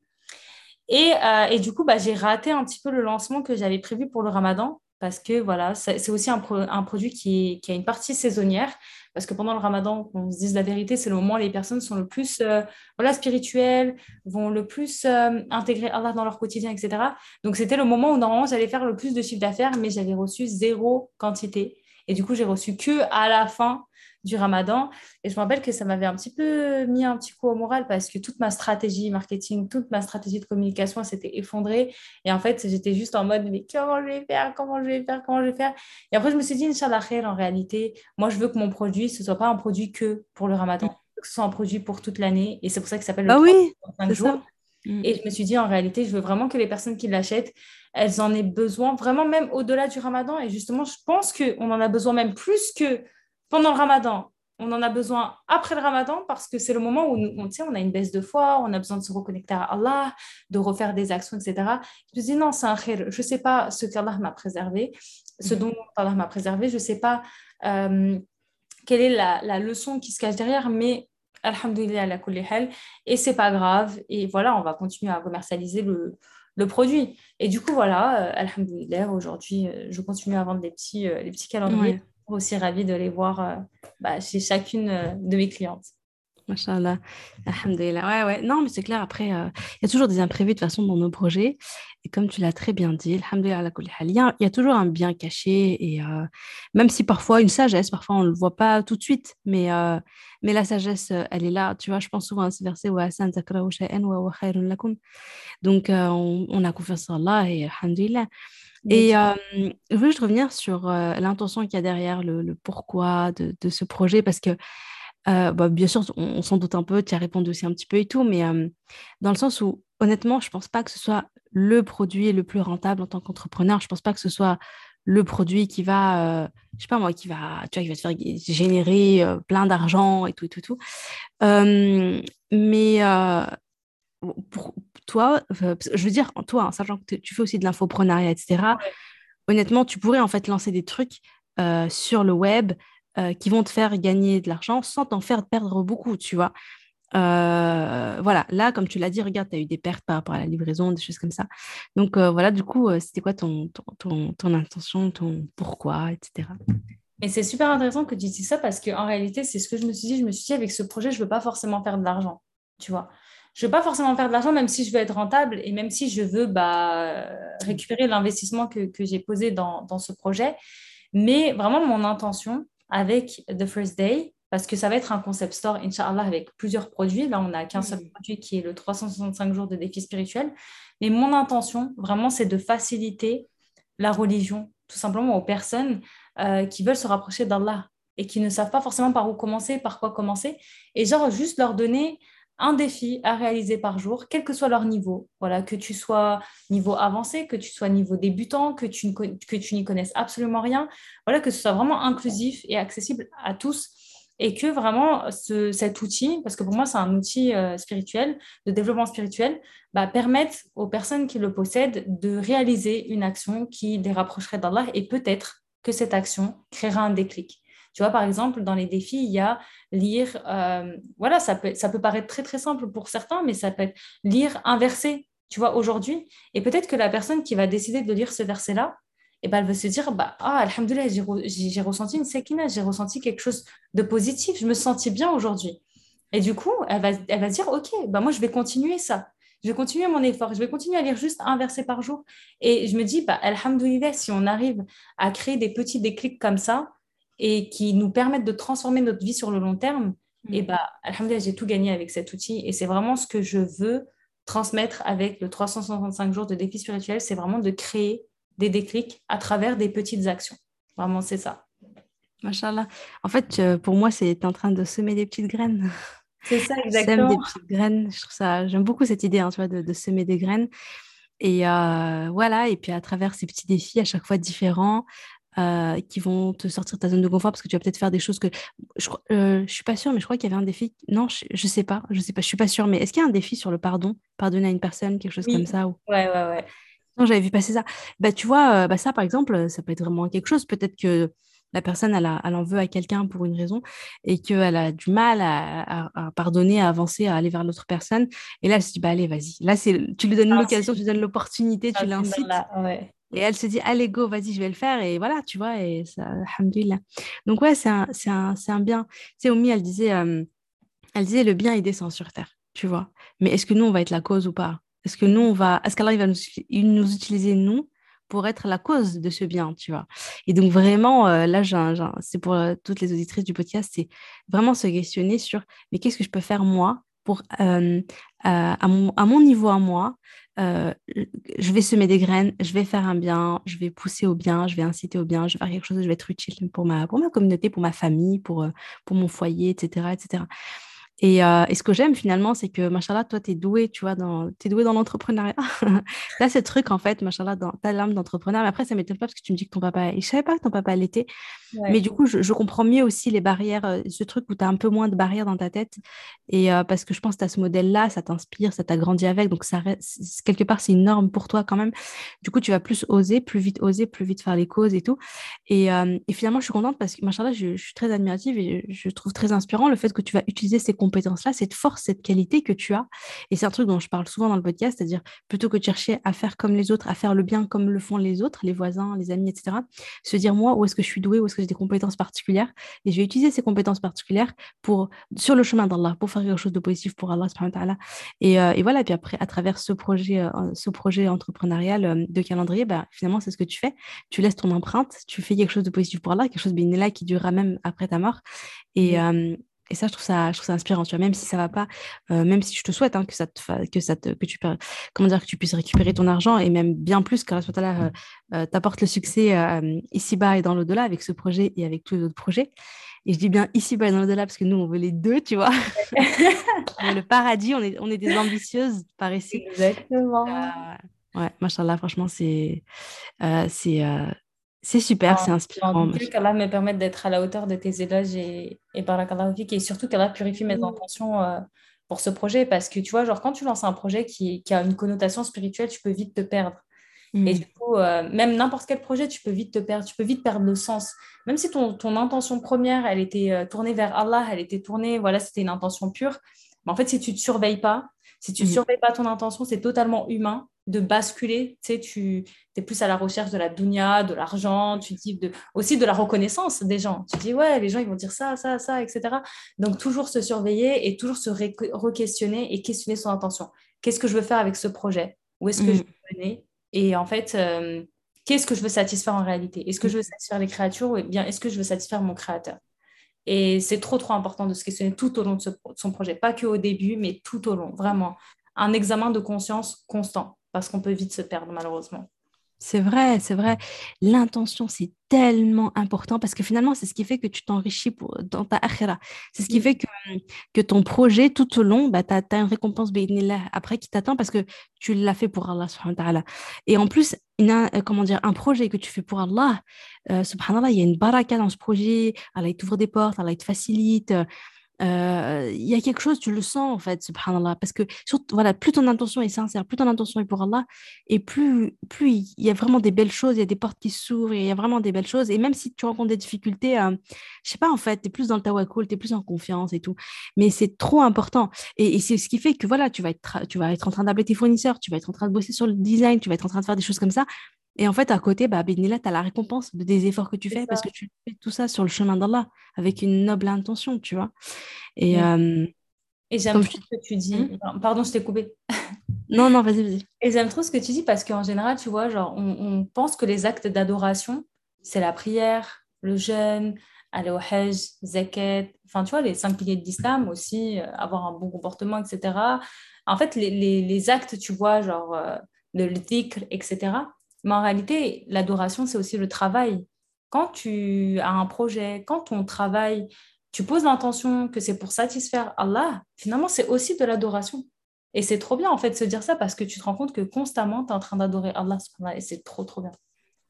Et, euh, et du coup, bah, j'ai raté un petit peu le lancement que j'avais prévu pour le Ramadan parce que voilà, c'est c'est aussi un, pro- un produit qui, est- qui a une partie saisonnière. Parce que pendant le Ramadan, qu'on se dise la vérité, c'est le moment où les personnes sont le plus euh, voilà, spirituelles, vont le plus euh, intégrer Allah dans leur quotidien, et cetera. Donc, c'était le moment où normalement j'allais faire le plus de chiffre d'affaires, mais j'avais reçu zéro quantité. Et du coup, j'ai reçu que à la fin du Ramadan. Et je me rappelle que ça m'avait un petit peu mis un petit coup au moral parce que toute ma stratégie marketing, toute ma stratégie de communication s'était effondrée. Et en fait, j'étais juste en mode, mais comment je vais faire? Comment je vais faire? Comment je vais faire? Et après, je me suis dit, Inch'Allah khair, en réalité, moi, je veux que mon produit, ce ne soit pas un produit que pour le Ramadan. Je veux que ce soit un produit pour toute l'année. Et c'est pour ça qu'il s'appelle le Bah oui, cinq c'est jours. ça. Hmm. Et je me suis dit, en réalité, je veux vraiment que les personnes qui l'achètent, elles en aient besoin, vraiment même au-delà du Ramadan. Et justement, je pense qu'on en a besoin même plus que pendant le Ramadan. On en a besoin après le Ramadan parce que c'est le moment où nous, on, tu sais, on a une baisse de foi, on a besoin de se reconnecter à Allah, de refaire des actions, et cetera. Je me dis, non, c'est un khir. Je ne sais pas ce qu'Allah m'a préservé, ce Hmm. dont Allah m'a préservé. Je ne sais pas euh, quelle est la, la leçon qui se cache derrière, mais alhamdoulilah ala kulli hal, et c'est pas grave, et voilà, on va continuer à commercialiser le, le produit. Et du coup, voilà, euh, alhamdoulilah, aujourd'hui, euh, je continue à vendre les petits, euh, les petits calendriers. Ouais. Je suis aussi ravie de les voir euh, bah, chez chacune euh, de mes clientes. Machallah. Alhamdulillah. Ouais, ouais. Non, mais c'est clair. Après, euh, il y a toujours des imprévus de toute façon dans nos projets. Et comme tu l'as très bien dit, alhamdulillah, ala kulli hal, il y a, il y a toujours un bien caché. Et euh, même si parfois une sagesse, parfois on ne le voit pas tout de suite, mais, euh, mais la sagesse, euh, elle est là. Tu vois, je pense souvent à ce verset wa asan takrahu shay'an wa huwa khayrun lakum. Donc, euh, on, on a confiance en Allah et alhamdulillah. Et Effectivement. euh, je veux juste revenir sur euh, l'intention qu'il y a derrière le, le pourquoi de, de ce projet parce que euh, bah, bien sûr, on, on s'en doute un peu, tu as répondu aussi un petit peu et tout, mais euh, dans le sens où, honnêtement, je pense pas que ce soit le produit le plus rentable en tant qu'entrepreneur. Je pense pas que ce soit le produit qui va, euh, je sais pas moi, qui va, tu vois, qui va te faire g- générer euh, plein d'argent et tout et tout et tout. Euh, mais euh, pour toi, euh, je veux dire, toi, hein, sachant que tu tu fais aussi de l'infoprenariat, et cetera, Ouais. honnêtement, tu pourrais en fait lancer des trucs euh, sur le web euh, qui vont te faire gagner de l'argent sans t'en faire perdre beaucoup, tu vois. Euh, voilà, là, comme tu l'as dit, regarde, tu as eu des pertes par rapport à la livraison, des choses comme ça. Donc euh, voilà, du coup, euh, c'était quoi ton, ton, ton, ton intention, ton pourquoi, et cetera. Mais c'est super intéressant que tu dises ça parce qu'en réalité, c'est ce que je me suis dit. Je me suis dit, avec ce projet, je ne veux pas forcément faire de l'argent, tu vois. je ne veux pas forcément faire de l'argent, même si je veux être rentable et même si je veux bah, récupérer l'investissement que, que j'ai posé dans, dans ce projet. Mais vraiment, mon intention avec The First Day, parce que ça va être un concept store, Inch'Allah, avec plusieurs produits. Là, on n'a qu'un seul Mm. produit qui est le trois cent soixante-cinq jours de défi spirituel. Mais mon intention, vraiment, c'est de faciliter la religion, tout simplement aux personnes euh, qui veulent se rapprocher d'Allah et qui ne savent pas forcément par où commencer, par quoi commencer. Et genre, juste leur donner un défi à réaliser par jour, quel que soit leur niveau. Voilà, que tu sois niveau avancé, que tu sois niveau débutant, que tu, que tu n'y connaisses absolument rien. Voilà, que ce soit vraiment inclusif et accessible à tous. Et que vraiment ce, cet outil, parce que pour moi c'est un outil euh, spirituel, de développement spirituel, bah, permette aux personnes qui le possèdent de réaliser une action qui les rapprocherait d'Allah et peut-être que cette action créera un déclic. Tu vois, par exemple, dans les défis, il y a lire, euh, voilà, ça peut, ça peut paraître très très simple pour certains, mais ça peut être lire un verset, tu vois, aujourd'hui. Et peut-être que la personne qui va décider de lire ce verset-là, eh ben, elle va se dire, bah, ah, alhamdoulilah, j'ai, re- j'ai, j'ai ressenti une sakina, j'ai ressenti quelque chose de positif, je me sentis bien aujourd'hui. Et du coup, elle va, elle va se dire, ok, bah, moi, je vais continuer ça. Je vais continuer mon effort, je vais continuer à lire juste un verset par jour. Et je me dis, bah, alhamdoulilah, si on arrive à créer des petits déclics comme ça, et qui nous permettent de transformer notre vie sur le long terme, et Mm. bah, alhamdoulilah, j'ai tout gagné avec cet outil. Et c'est vraiment ce que je veux transmettre avec le trois cent soixante-cinq jours de défi spirituel, c'est vraiment de créer des déclics à travers des petites actions. Vraiment, c'est ça. Machallah. En fait, euh, pour moi, c'est en train de semer des petites graines. C'est ça Je sème des exactement. petites graines. Je trouve ça, j'aime beaucoup cette idée, hein, tu vois, de, de semer des graines. Et euh, voilà, et puis à travers ces petits défis, à chaque fois différents, euh, qui vont te sortir de ta zone de confort, parce que tu vas peut-être faire des choses que je, crois- euh, je suis pas sûre, mais je crois qu'il y avait un défi. Non, je, je sais pas, je sais pas, je suis pas sûre. Mais est-ce qu'il y a un défi sur le pardon, pardonner à une personne, quelque chose comme Oui, ça ou... ouais, ouais, ouais. Non, j'avais vu passer ça. Bah, tu vois, euh, bah, ça, par exemple, ça peut être vraiment quelque chose. Peut-être que la personne, elle, a- elle en veut à quelqu'un pour une raison et qu'elle a du mal à, à- à pardonner, à avancer, à aller vers l'autre personne. Et là, elle se dit, bah, allez, vas-y. Là, c'est, tu lui donnes l'occasion, tu lui Ainsi, donnes l'opportunité, tu ainsi l'incites. d'Allah, ouais. Et elle se dit, allez, go, vas-y, je vais le faire. Et voilà, tu vois, et ça, alhamdoulilah. Donc, ouais, c'est un, c'est un, c'est un bien. Tu sais, Oumi, elle disait, euh, elle disait, le bien, il descend sur terre, tu vois. Mais est-ce que nous, on va être la cause ou pas? Est-ce que nous, on va, est-ce qu'Allah, il va nous, il nous utiliser, nous, pour être la cause de ce bien, tu vois? Et donc, vraiment, euh, là, j'ai un- j'ai un- c'est pour euh, toutes les auditrices du podcast, c'est vraiment se questionner sur, mais qu'est-ce que je peux faire, moi, pour, euh, euh, à mon, à mon niveau, à moi, euh, je vais semer des graines, je vais faire un bien, je vais pousser au bien, je vais inciter au bien, je vais faire quelque chose, je vais être utile pour ma, pour ma communauté, pour ma famille, pour, euh, pour mon foyer, et cetera, et cetera. Et, euh, et ce que j'aime finalement, c'est que, machallah, toi, t'es doué, tu vois, dans, t'es doué dans l'entrepreneuriat. T'as ce truc, en fait, machallah, dans, t'as l'âme d'entrepreneur. Mais après, ça m'étonne pas parce que tu me dis que ton papa, et je savais pas que ton papa l'était. Mais Ouais. du coup, je, je comprends mieux aussi les barrières, euh, ce truc où tu as un peu moins de barrières dans ta tête. Et euh, parce que je pense que tu as ce modèle-là, ça t'inspire, ça t'a grandi avec. Donc, ça reste, c'est- quelque part, c'est une norme pour toi quand même. Du coup, tu vas plus oser, plus vite oser, plus vite faire les causes et tout. Et, euh, et finalement, je suis contente parce que, machallah, je, je suis très admirative et je trouve très inspirant le fait que tu vas utiliser ces compétences-là, cette force, cette qualité que tu as. Et c'est un truc dont je parle souvent dans le podcast, c'est-à-dire plutôt que de chercher à faire comme les autres, à faire le bien comme le font les autres, les voisins, les amis, et cetera, se dire moi, où est-ce que je suis douée, où est-ce que j'ai des compétences particulières. Et je vais utiliser ces compétences particulières pour, sur le chemin d'Allah, pour faire quelque chose de positif pour Allah, subhanahu wa ta'ala. Et, euh, et voilà, et puis après, à travers ce projet, euh, ce projet entrepreneurial euh, de calendrier, bah, finalement, c'est ce que tu fais. Tu laisses ton empreinte, tu fais quelque chose de positif pour Allah, quelque chose de là qui durera même après ta mort. Et, euh, et ça, je trouve ça, je trouve ça inspirant, tu vois, même si ça va pas, euh, même si je te souhaite hein, que ça te, fa- que ça te, que tu, peux- comment dire, que tu puisses récupérer ton argent et même bien plus qu'Allah subhanahu wa ta'ala, euh, euh, t'apporte le succès euh, ici-bas et dans l'au-delà avec ce projet et avec tous les autres projets. Et je dis bien ici-bas et dans l'au-delà parce que nous, on veut les deux, tu vois. On veut le paradis, on est, on est des ambitieuses par ici. Exactement. Euh, ouais, machallah, franchement, c'est euh, c'est euh, c'est super, En, c'est en inspirant. tout cas, qu'Allah me permette d'être à la hauteur de tes éloges et, et barakallahu fik, et surtout qu'Allah purifie mes machallah. intentions euh, pour ce projet parce que tu vois, genre quand tu lances un projet qui, qui a une connotation spirituelle, tu peux vite te perdre. Et Mm. du coup, euh, même n'importe quel projet, tu peux vite te perdre, tu peux vite perdre le sens. Même si ton, ton intention première, elle était euh, tournée vers Allah, elle était tournée, voilà, c'était une intention pure. Mais en fait, si tu ne te surveilles pas, Si tu ne Mhm. surveilles pas ton intention, c'est totalement humain de basculer. Tu sais, tu es plus à la recherche de la dunya, de l'argent, tu dis de, aussi de la reconnaissance des gens. Tu dis, ouais, les gens, ils vont dire ça, ça, ça, et cetera. Donc, toujours se surveiller et toujours se ré- re-questionner et questionner son intention. Qu'est-ce que je veux faire avec ce projet? Où est-ce que je Mhm. veux mener? Et en fait, euh, qu'est-ce que je veux satisfaire en réalité? Est-ce que je veux satisfaire les créatures ou bien est-ce que je veux satisfaire mon créateur? Et c'est trop, trop important de se questionner tout au long de, ce- de son projet. Pas qu'au début, mais tout au long. Vraiment. Un examen de conscience constant parce qu'on peut vite se perdre, malheureusement. C'est vrai, c'est vrai. L'intention, c'est tellement important parce que finalement, c'est ce qui fait que tu t'enrichis pour, dans ta akhira. C'est ce qui fait Mm. que, que ton projet, tout au long, bah, tu as, une récompense bi'idhnillah, après qui t'attend parce que tu l'as fait pour Allah, subhanahu wa ta'ala. Et en plus, une, euh, comment dire, un projet que tu fais pour Allah, euh, subhanallah, il y a une baraka dans ce projet. Allah, il t'ouvre des portes, Allah, il te facilite. Euh, il y a quelque chose, tu le sens en fait, subhanallah, parce que surtout, voilà, plus ton intention est sincère, plus ton intention est pour Allah, et plus, plus il y a vraiment des belles choses, il y a des portes qui s'ouvrent, il y a vraiment des belles choses, et même si tu rencontres des difficultés, euh, je sais pas, en fait, tu es plus dans le tawakkul, tu es plus en confiance et tout, mais c'est trop important, et, et c'est ce qui fait que voilà, tu vas être, tra- tu vas être en train d'appeler tes fournisseurs, tu vas être en train de bosser sur le design, tu vas être en train de faire des choses comme ça, et en fait, à côté, bah, Bénila, tu as la récompense de- des efforts que tu C'est fais, parce ça. que tu fais tout ça sur le chemin d'Allah, avec une noble intention, tu vois. Et Et, euh, et j'aime comme je trop te dis, ce que tu dis. hmm. Enfin, pardon, je t'ai coupé. Non, non, vas-y, vas-y. Et j'aime trop ce que tu dis parce qu'en général, tu vois, genre, on, on pense que les actes d'adoration, c'est la prière, le jeûne, aller au hajj, zakat, enfin, tu vois, les cinq piliers de l'islam aussi, euh, avoir un bon comportement, et cetera. En fait, les, les- les actes, tu vois, genre, euh, le dhikr, et cetera. Mais en réalité, l'adoration, c'est aussi le travail. Quand tu as un projet, quand ton travail, tu poses l'intention que c'est pour satisfaire Allah, finalement, c'est aussi de l'adoration. Et c'est trop bien en fait de se dire ça parce que tu te rends compte que constamment tu es en train d'adorer Allah subhanahu wa ta'ala, et c'est trop trop bien.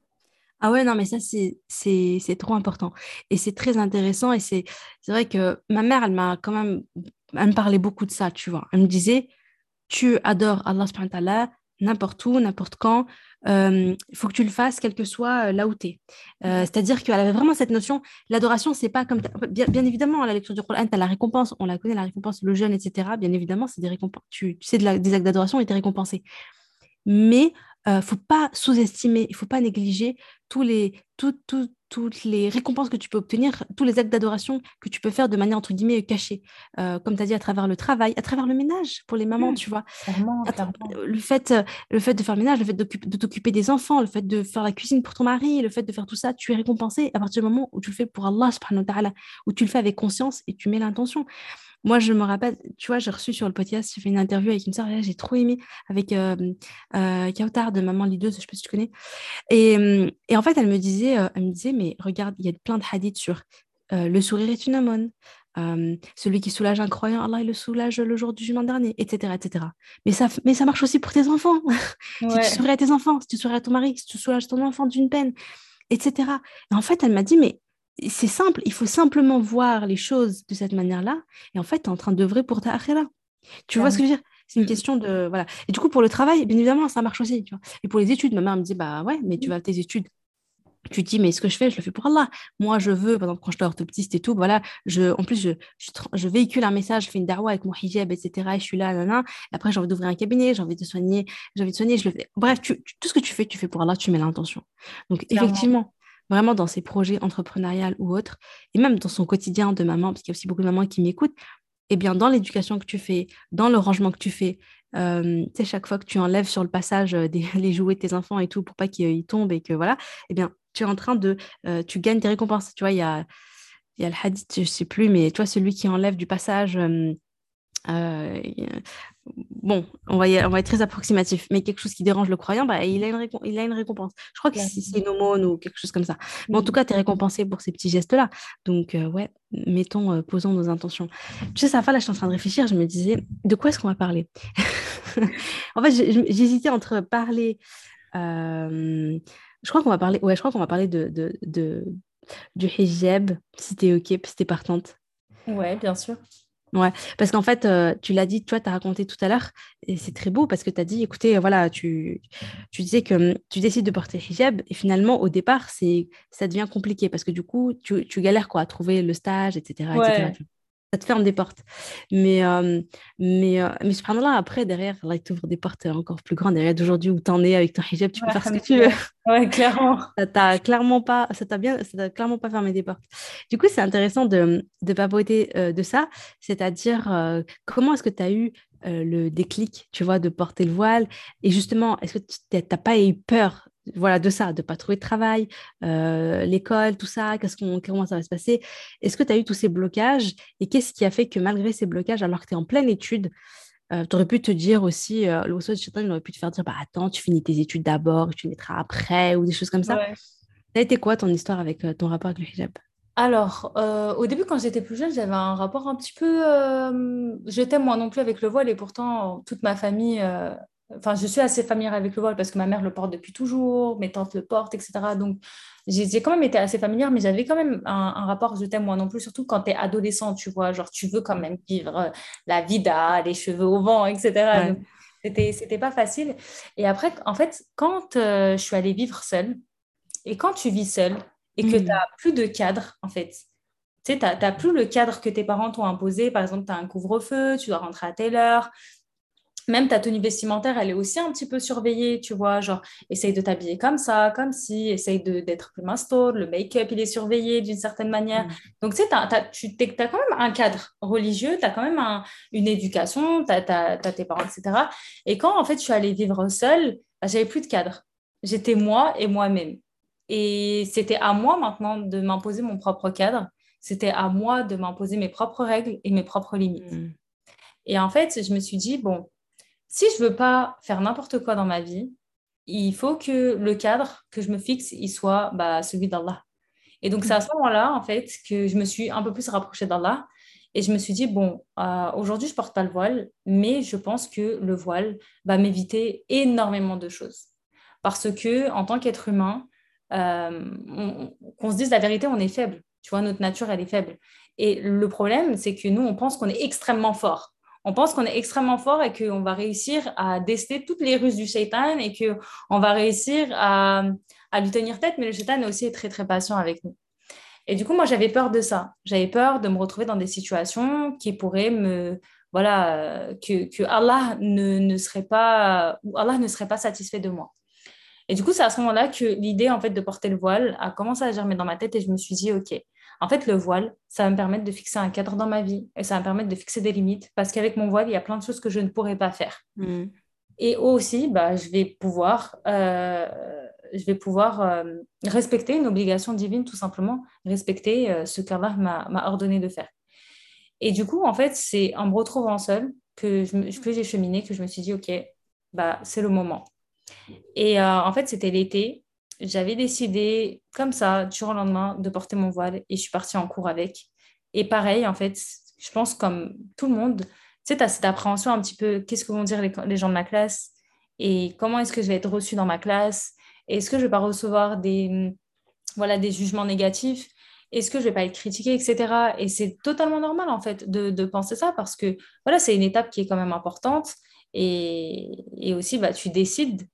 Ah ouais, non, mais ça, c'est, c'est, c'est trop important. Et c'est très intéressant. Et c'est, c'est vrai que ma mère, elle m'a quand même, elle me parlait beaucoup de ça, tu vois. Elle me disait, tu adores Allah subhanahu wa ta'ala n'importe où, n'importe quand. Euh, Il faut que tu le fasses, quel que soit euh, là où tu es. Ouais, C'est-à-dire qu'elle avait vraiment cette notion, l'adoration, c'est pas comme... t'as- Bien, bien évidemment, à la lecture du Coran, tu as la récompense, on la connaît, la récompense, le jeûne, et cetera. Bien évidemment, c'est des récompenses. Tu, tu sais, de la- des actes d'adoration et tu es récompensé. Mais il ne faut pas sous-estimer, il ne faut pas négliger tous les, tout- tout- toutes les récompenses que tu peux obtenir, tous les actes d'adoration que tu peux faire de manière, entre guillemets, cachée. Euh, comme tu as dit, à travers le travail, à travers le ménage pour les mamans, tu vois. clairement, Attends, clairement. le fait, euh, le fait de faire le ménage, le fait d'occup- de t'occuper des enfants, le fait de faire la cuisine pour ton mari, le fait de faire tout ça, tu es récompensé à partir du moment où tu le fais pour Allah, subhanahu wa ta'ala, où tu le fais avec conscience et tu mets l'intention. Moi, je me rappelle, tu vois, j'ai reçu sur le podcast, j'ai fait une interview avec une sœur, et là, j'ai trop aimé, avec euh, euh, Kautar de Maman Lideuse, je sais pas si tu connais. Et, euh, et en fait, elle me disait, euh, elle me disait, mais regarde, il y a plein de hadiths sur euh, le sourire est une aumône. Euh, celui qui soulage un croyant, Allah il le soulage le jour du jugement dernier, et cetera, et cetera. Mais ça, mais ça marche aussi pour tes enfants. Si tu Ouais, souris à tes enfants, si tu souris à ton mari, si tu soulages ton enfant d'une peine, et cetera. Et en fait, elle m'a dit, mais c'est simple, il faut simplement voir les choses de cette manière-là. Et en fait, tu es en train d'œuvrer pour ta akhira. Tu vois ce clairement. que je veux dire? C'est une Mm, question de... Voilà. Et du coup, pour le travail, bien évidemment, ça marche aussi. Tu vois. Et pour les études, ma mère me dit, bah ouais, mais tu mm. vas à tes études. Tu te dis, mais ce que je fais, je le fais pour Allah. Moi, je veux, par exemple, quand j'étais orthoptiste et tout, voilà, je, en plus, je, je, tra- je véhicule un message, je fais une darwa avec mon hijab, et cetera. Et je suis là, là, là. Et après, j'ai envie d'ouvrir un cabinet, j'ai envie de soigner, j'ai envie de soigner, je le fais. Bref, tu- tu- tout ce que tu fais, tu fais pour Allah, tu mets l'intention. Donc, Clairement. effectivement, vraiment dans ses projets entrepreneuriaux ou autres, et même dans son quotidien de maman, parce qu'il y a aussi beaucoup de mamans qui m'écoutent, eh bien, dans l'éducation que tu fais, dans le rangement que tu fais, euh, tu sais, chaque fois que tu enlèves sur le passage euh, des, les jouets de tes enfants et tout pour pas qu'ils ils tombent et que voilà, eh bien, tu es en train de, euh, tu gagnes tes récompenses. Tu vois, il y a, il y a le hadith, je sais plus, mais tu vois, celui qui enlève du passage, euh, euh, y a- bon, on va, y- on va être très approximatif, mais quelque chose qui dérange le croyant, bah, il a une récom- il a une récompense. Je crois que si c'est Clairement. une aumône ou quelque chose comme ça. Mais en tout Mm. cas, tu es récompensé pour ces petits gestes-là. Donc, euh, ouais, mettons, euh, posons nos intentions. Tu sais, Safa, là, je suis en train de réfléchir, je me disais, de quoi est-ce qu'on va parler? En fait, j'ai- j'hésitais entre parler. euh, je crois qu'on va parler. Ouais, je crois qu'on va parler de, de, de- du hijab, si t'es OK, si t'es partante. Ouais, bien sûr. Ouais, parce qu'en fait, euh, tu l'as dit, toi, tu as raconté tout à l'heure, et c'est très beau parce que tu as dit, écoutez, euh, voilà, tu, tu disais que hum, tu décides de porter le hijab, et finalement, au départ, c'est, ça devient compliqué parce que du coup, tu, tu galères quoi, à trouver le stage, et cetera, et cetera. Ouais. tu vois. ça te ferme des portes. Mais, euh, mais, euh, mais subhanallah, après, derrière, Allah il t'ouvre des portes encore plus grandes. Derrière d'aujourd'hui où t'en es avec ton hijab, tu peux Ouais, faire ce que tu veux. alhamdoulilah. Ouais, clairement. Ça t'a clairement pas, ça t'a bien, ça t'a clairement pas fermé des portes. Du coup, c'est intéressant de, de papoter euh, de ça, c'est-à-dire euh, comment est-ce que tu as eu euh, le déclic, tu vois, de porter le voile et justement, est-ce que tu t'es- t'as pas eu peur, voilà, de ça, de pas trouver de travail, euh, l'école, tout ça, qu'est-ce qu'on, comment ça va se passer? Est-ce que tu as eu tous ces blocages et qu'est-ce qui a fait que malgré ces blocages, alors que tu es en pleine étude, tu aurais pu te dire aussi, euh, le waswad shaitan, il aurait pu te faire dire, bah attends, tu finis tes études d'abord, tu les mettras après, ou des choses comme ça. Ouais. Ça a été quoi ton histoire avec euh, ton rapport avec le hijab? Alors, euh, au début, quand j'étais plus jeune, j'avais un rapport un petit peu... Euh, j'étais moi non plus avec le voile et pourtant, toute ma famille... euh, Enfin, je suis assez familière avec le voile parce que ma mère le porte depuis toujours, mes tantes le portent, et cetera. Donc, j'ai j'ai quand même été assez familière, mais j'avais quand même un, un rapport je t'aime moi non plus, surtout quand tu es adolescent, tu vois. Genre, tu veux quand même vivre euh, la vida, les cheveux au vent, et cetera. Donc, Ouais. c'était, c'était pas facile. Et après, en fait, quand euh, je suis allée vivre seule, et quand tu vis seule et que tu Mhm. n'as plus de cadre, en fait, tu sais, tu n'as plus le cadre que tes parents t'ont imposé. Par exemple, tu as un couvre-feu, tu dois rentrer à telle heure. Même ta tenue vestimentaire, elle est aussi un petit peu surveillée, tu vois. Genre, essaye de t'habiller comme ça, comme si, essaye de, d'être plus mince, le make-up, il est surveillé d'une certaine manière. Mhm. Donc, tu sais, t'as, t'as- tu as quand même un cadre religieux, tu as quand même un- une éducation, tu as, tes parents, et cetera. Et quand, en fait, je suis allée vivre seule, bah, j'avais plus de cadre. J'étais moi et moi-même. Et c'était à moi maintenant de m'imposer mon propre cadre. C'était à moi de m'imposer mes propres règles et mes propres limites. Mhm. Et en fait, je me suis dit, bon, si je veux pas faire n'importe quoi dans ma vie, il faut que le cadre que je me fixe, il soit bah, celui d'Allah. Et donc, c'est à ce moment-là, en fait, que je me suis un peu plus rapprochée d'Allah. Et je me suis dit, bon, euh, aujourd'hui, je porte pas le voile, mais je pense que le voile va m'éviter énormément de choses. Parce que, en tant qu'être humain, euh, on- qu'on se dise la vérité, on est faible. Tu vois, notre nature, elle est faible. Et le problème, c'est que nous, on pense qu'on est extrêmement fort. On pense qu'on est extrêmement fort et qu'on va réussir à déceler toutes les ruses du shaitan et qu'on va réussir à, à lui tenir tête, mais le shaitan est aussi très, très patient avec nous. Et du coup, moi, j'avais peur de ça. J'avais peur de me retrouver dans des situations qui pourraient me... Voilà, euh, que, que Allah ne, ne serait pas... ou Allah ne serait pas satisfait de moi. Et du coup, c'est à ce moment-là que l'idée, en fait, de porter le voile a commencé à germer dans ma tête et je me suis dit, OK, en fait, le voile, ça va me permettre de fixer un cadre dans ma vie et ça va me permettre de fixer des limites parce qu'avec mon voile, il y a plein de choses que je ne pourrais pas faire. Mhm. Et aussi, bah, je vais pouvoir, euh, je vais pouvoir euh, respecter une obligation divine, tout simplement, respecter euh, ce qu'Allah m'a, m'a ordonné de faire. Et du coup, en fait, c'est en me retrouvant seule que, je me- que j'ai cheminé, que je me suis dit, OK, bah, c'est le moment. Et euh, en fait, c'était l'été. J'avais décidé, comme ça, du jour au lendemain, de porter mon voile et je suis partie en cours avec. Et pareil, en fait, je pense comme tout le monde, tu sais, tu as cette appréhension un petit peu, qu'est-ce que vont dire les, les gens de ma classe et comment est-ce que je vais être reçue dans ma classe? Est-ce que je vais pas recevoir des, voilà, des jugements négatifs? Est-ce que je vais pas être critiquée, et cetera. Et c'est totalement normal, en fait, de, de penser ça parce que, voilà, c'est une étape qui est quand même importante. Et, et aussi, bah, tu décides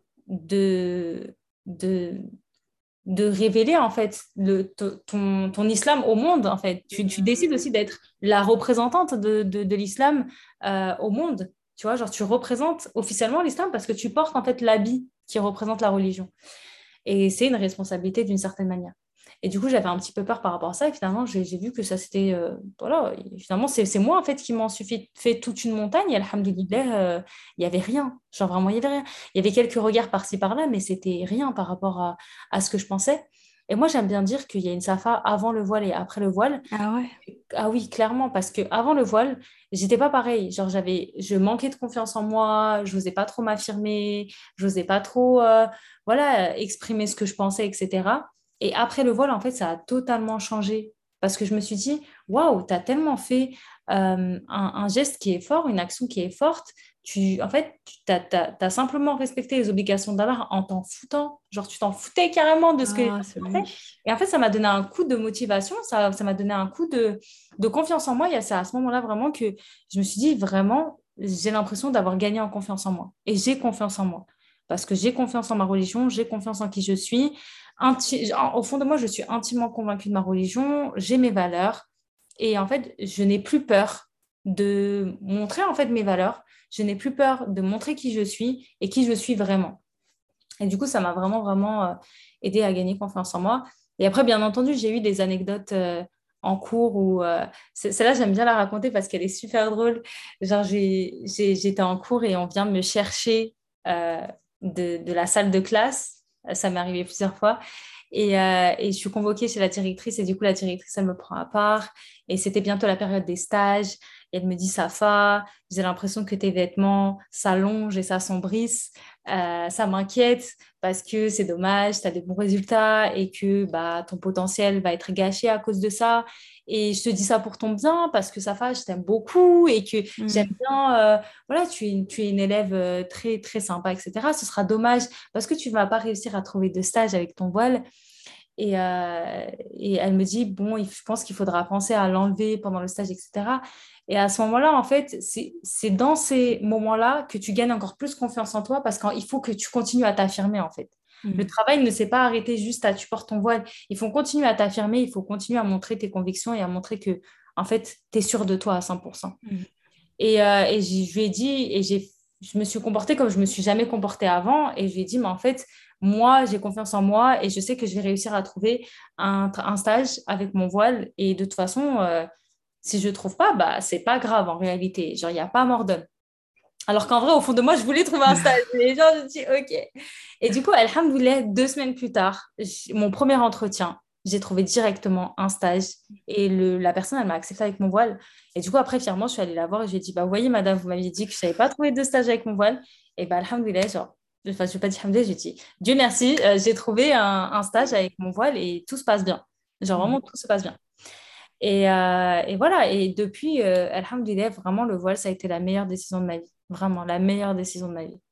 de, de, de révéler en fait le, ton, ton islam au monde en fait. Tu, tu décides aussi d'être la représentante de, de, de l'islam euh, au monde. Tu vois, genre tu représentes officiellement l'islam parce que tu portes en fait l'habit qui représente la religion. Et c'est une responsabilité d'une certaine manière. Et du coup, j'avais un petit peu peur par rapport à ça. Et finalement, j'ai j'ai vu que ça, c'était... euh, voilà, et finalement, c'est c'est moi, en fait, qui m'en suffit fait toute une montagne. Et alhamdoulilah, euh, il n'y avait rien. Genre, vraiment, il n'y avait rien. Il y avait quelques regards par-ci, par-là, mais c'était rien par rapport à, à ce que je pensais. Et moi, j'aime bien dire qu'il y a une safa avant le voile et après le voile. Ah ouais? Ah oui, clairement, parce que avant le voile, j'étais pas pareil. Genre, j'avais, je manquais de confiance en moi, je n'osais pas trop m'affirmer, je n'osais pas trop, euh, voilà, exprimer ce que je pensais, et cetera. Et après le voile, en fait, ça a totalement changé parce que je me suis dit, waouh, tu as tellement fait euh, un, un geste qui est fort, une action qui est forte. Tu, en fait, tu as, simplement respecté les obligations d'Allah en t'en foutant. Genre, tu t'en foutais carrément de ce que les Ah, gens c'est pensaient. magnifique. Et en fait, ça m'a donné un coup de motivation, ça, ça m'a donné un coup de, de confiance en moi. Et c'est à ce moment-là vraiment que je me suis dit, vraiment, j'ai l'impression d'avoir gagné en confiance en moi. Et j'ai confiance en moi. Parce que j'ai confiance en ma religion, j'ai confiance en qui je suis. Inti- Au fond de moi, je suis intimement convaincue de ma religion, j'ai mes valeurs. Et en fait, je n'ai plus peur de montrer en fait mes valeurs. Je n'ai plus peur de montrer qui je suis et qui je suis vraiment. Et du coup, ça m'a vraiment, vraiment euh, aidé à gagner confiance en moi. Et après, bien entendu, j'ai eu des anecdotes euh, en cours où... euh, c'est- celle-là, j'aime bien la raconter parce qu'elle est super drôle. Genre, j'ai, j'ai- j'étais en cours et on vient me chercher euh, de, de la salle de classe. Euh, Ça m'est arrivé plusieurs fois. Et, euh, et je suis convoquée chez la directrice et du coup, la directrice, elle me prend à part. Et c'était bientôt la période des stages. Et elle me dit, Safa, j'ai l'impression que tes vêtements s'allongent et s'assombrissent. Euh, ça m'inquiète parce que c'est dommage, tu as des bons résultats et que bah, ton potentiel va être gâché à cause de ça. Et je te dis ça pour ton bien parce que Safa, je t'aime beaucoup et que j'aime Mm. bien, euh, voilà, tu es, tu es une élève euh, très, très sympa, et cetera. Ce sera dommage parce que tu ne vas pas réussir à trouver de stage avec ton voile. Et, euh, et elle me dit, bon, il- je pense qu'il faudra penser à l'enlever pendant le stage, et cetera. Et à ce moment-là, en fait, c'est, c'est dans ces moments-là que tu gagnes encore plus confiance en toi parce qu'il faut que tu continues à t'affirmer, en fait. Le Mm. travail ne s'est pas arrêté juste à tu portes ton voile. Il faut continuer à t'affirmer, il faut continuer à montrer tes convictions et à montrer que, en fait, tu es sûr de toi à cent pour cent. Mm. Et, euh, et j'ai- je lui ai dit, et j'ai, je me suis comportée comme je me suis jamais comportée avant. Et je lui ai dit, mais en fait, moi, j'ai confiance en moi et je sais que je vais réussir à trouver un, tra- un stage avec mon voile. Et de toute façon, euh, si je ne trouve pas, bah, c'est pas grave en réalité. Genre, il n'y a pas mort d'homme. Alors qu'en vrai, au fond de moi, je voulais trouver un stage. Et genre, je dis, OK. Et du coup, alhamdoulilah, deux semaines plus tard, j- mon premier entretien, j'ai trouvé directement un stage. Et le, la personne, elle m'a accepté avec mon voile. Et du coup, après, fièrement, je suis allée la voir et je lui ai dit, bah, vous voyez, madame, vous m'aviez dit que je ne savais pas trouver de stage avec mon voile. Et bah, alhamdoulilah, genre, enfin, je ne vais pas dire alhamdoulilah, j'ai dit, Dieu merci, euh, j'ai trouvé un, un stage avec mon voile et tout se passe bien. Genre, Mm. vraiment, tout se passe bien. Et, euh, et voilà, et depuis, euh, alhamdoulilah, vraiment, le voile, ça a été la meilleure décision de ma vie. Vraiment, la meilleure décision de ma vie.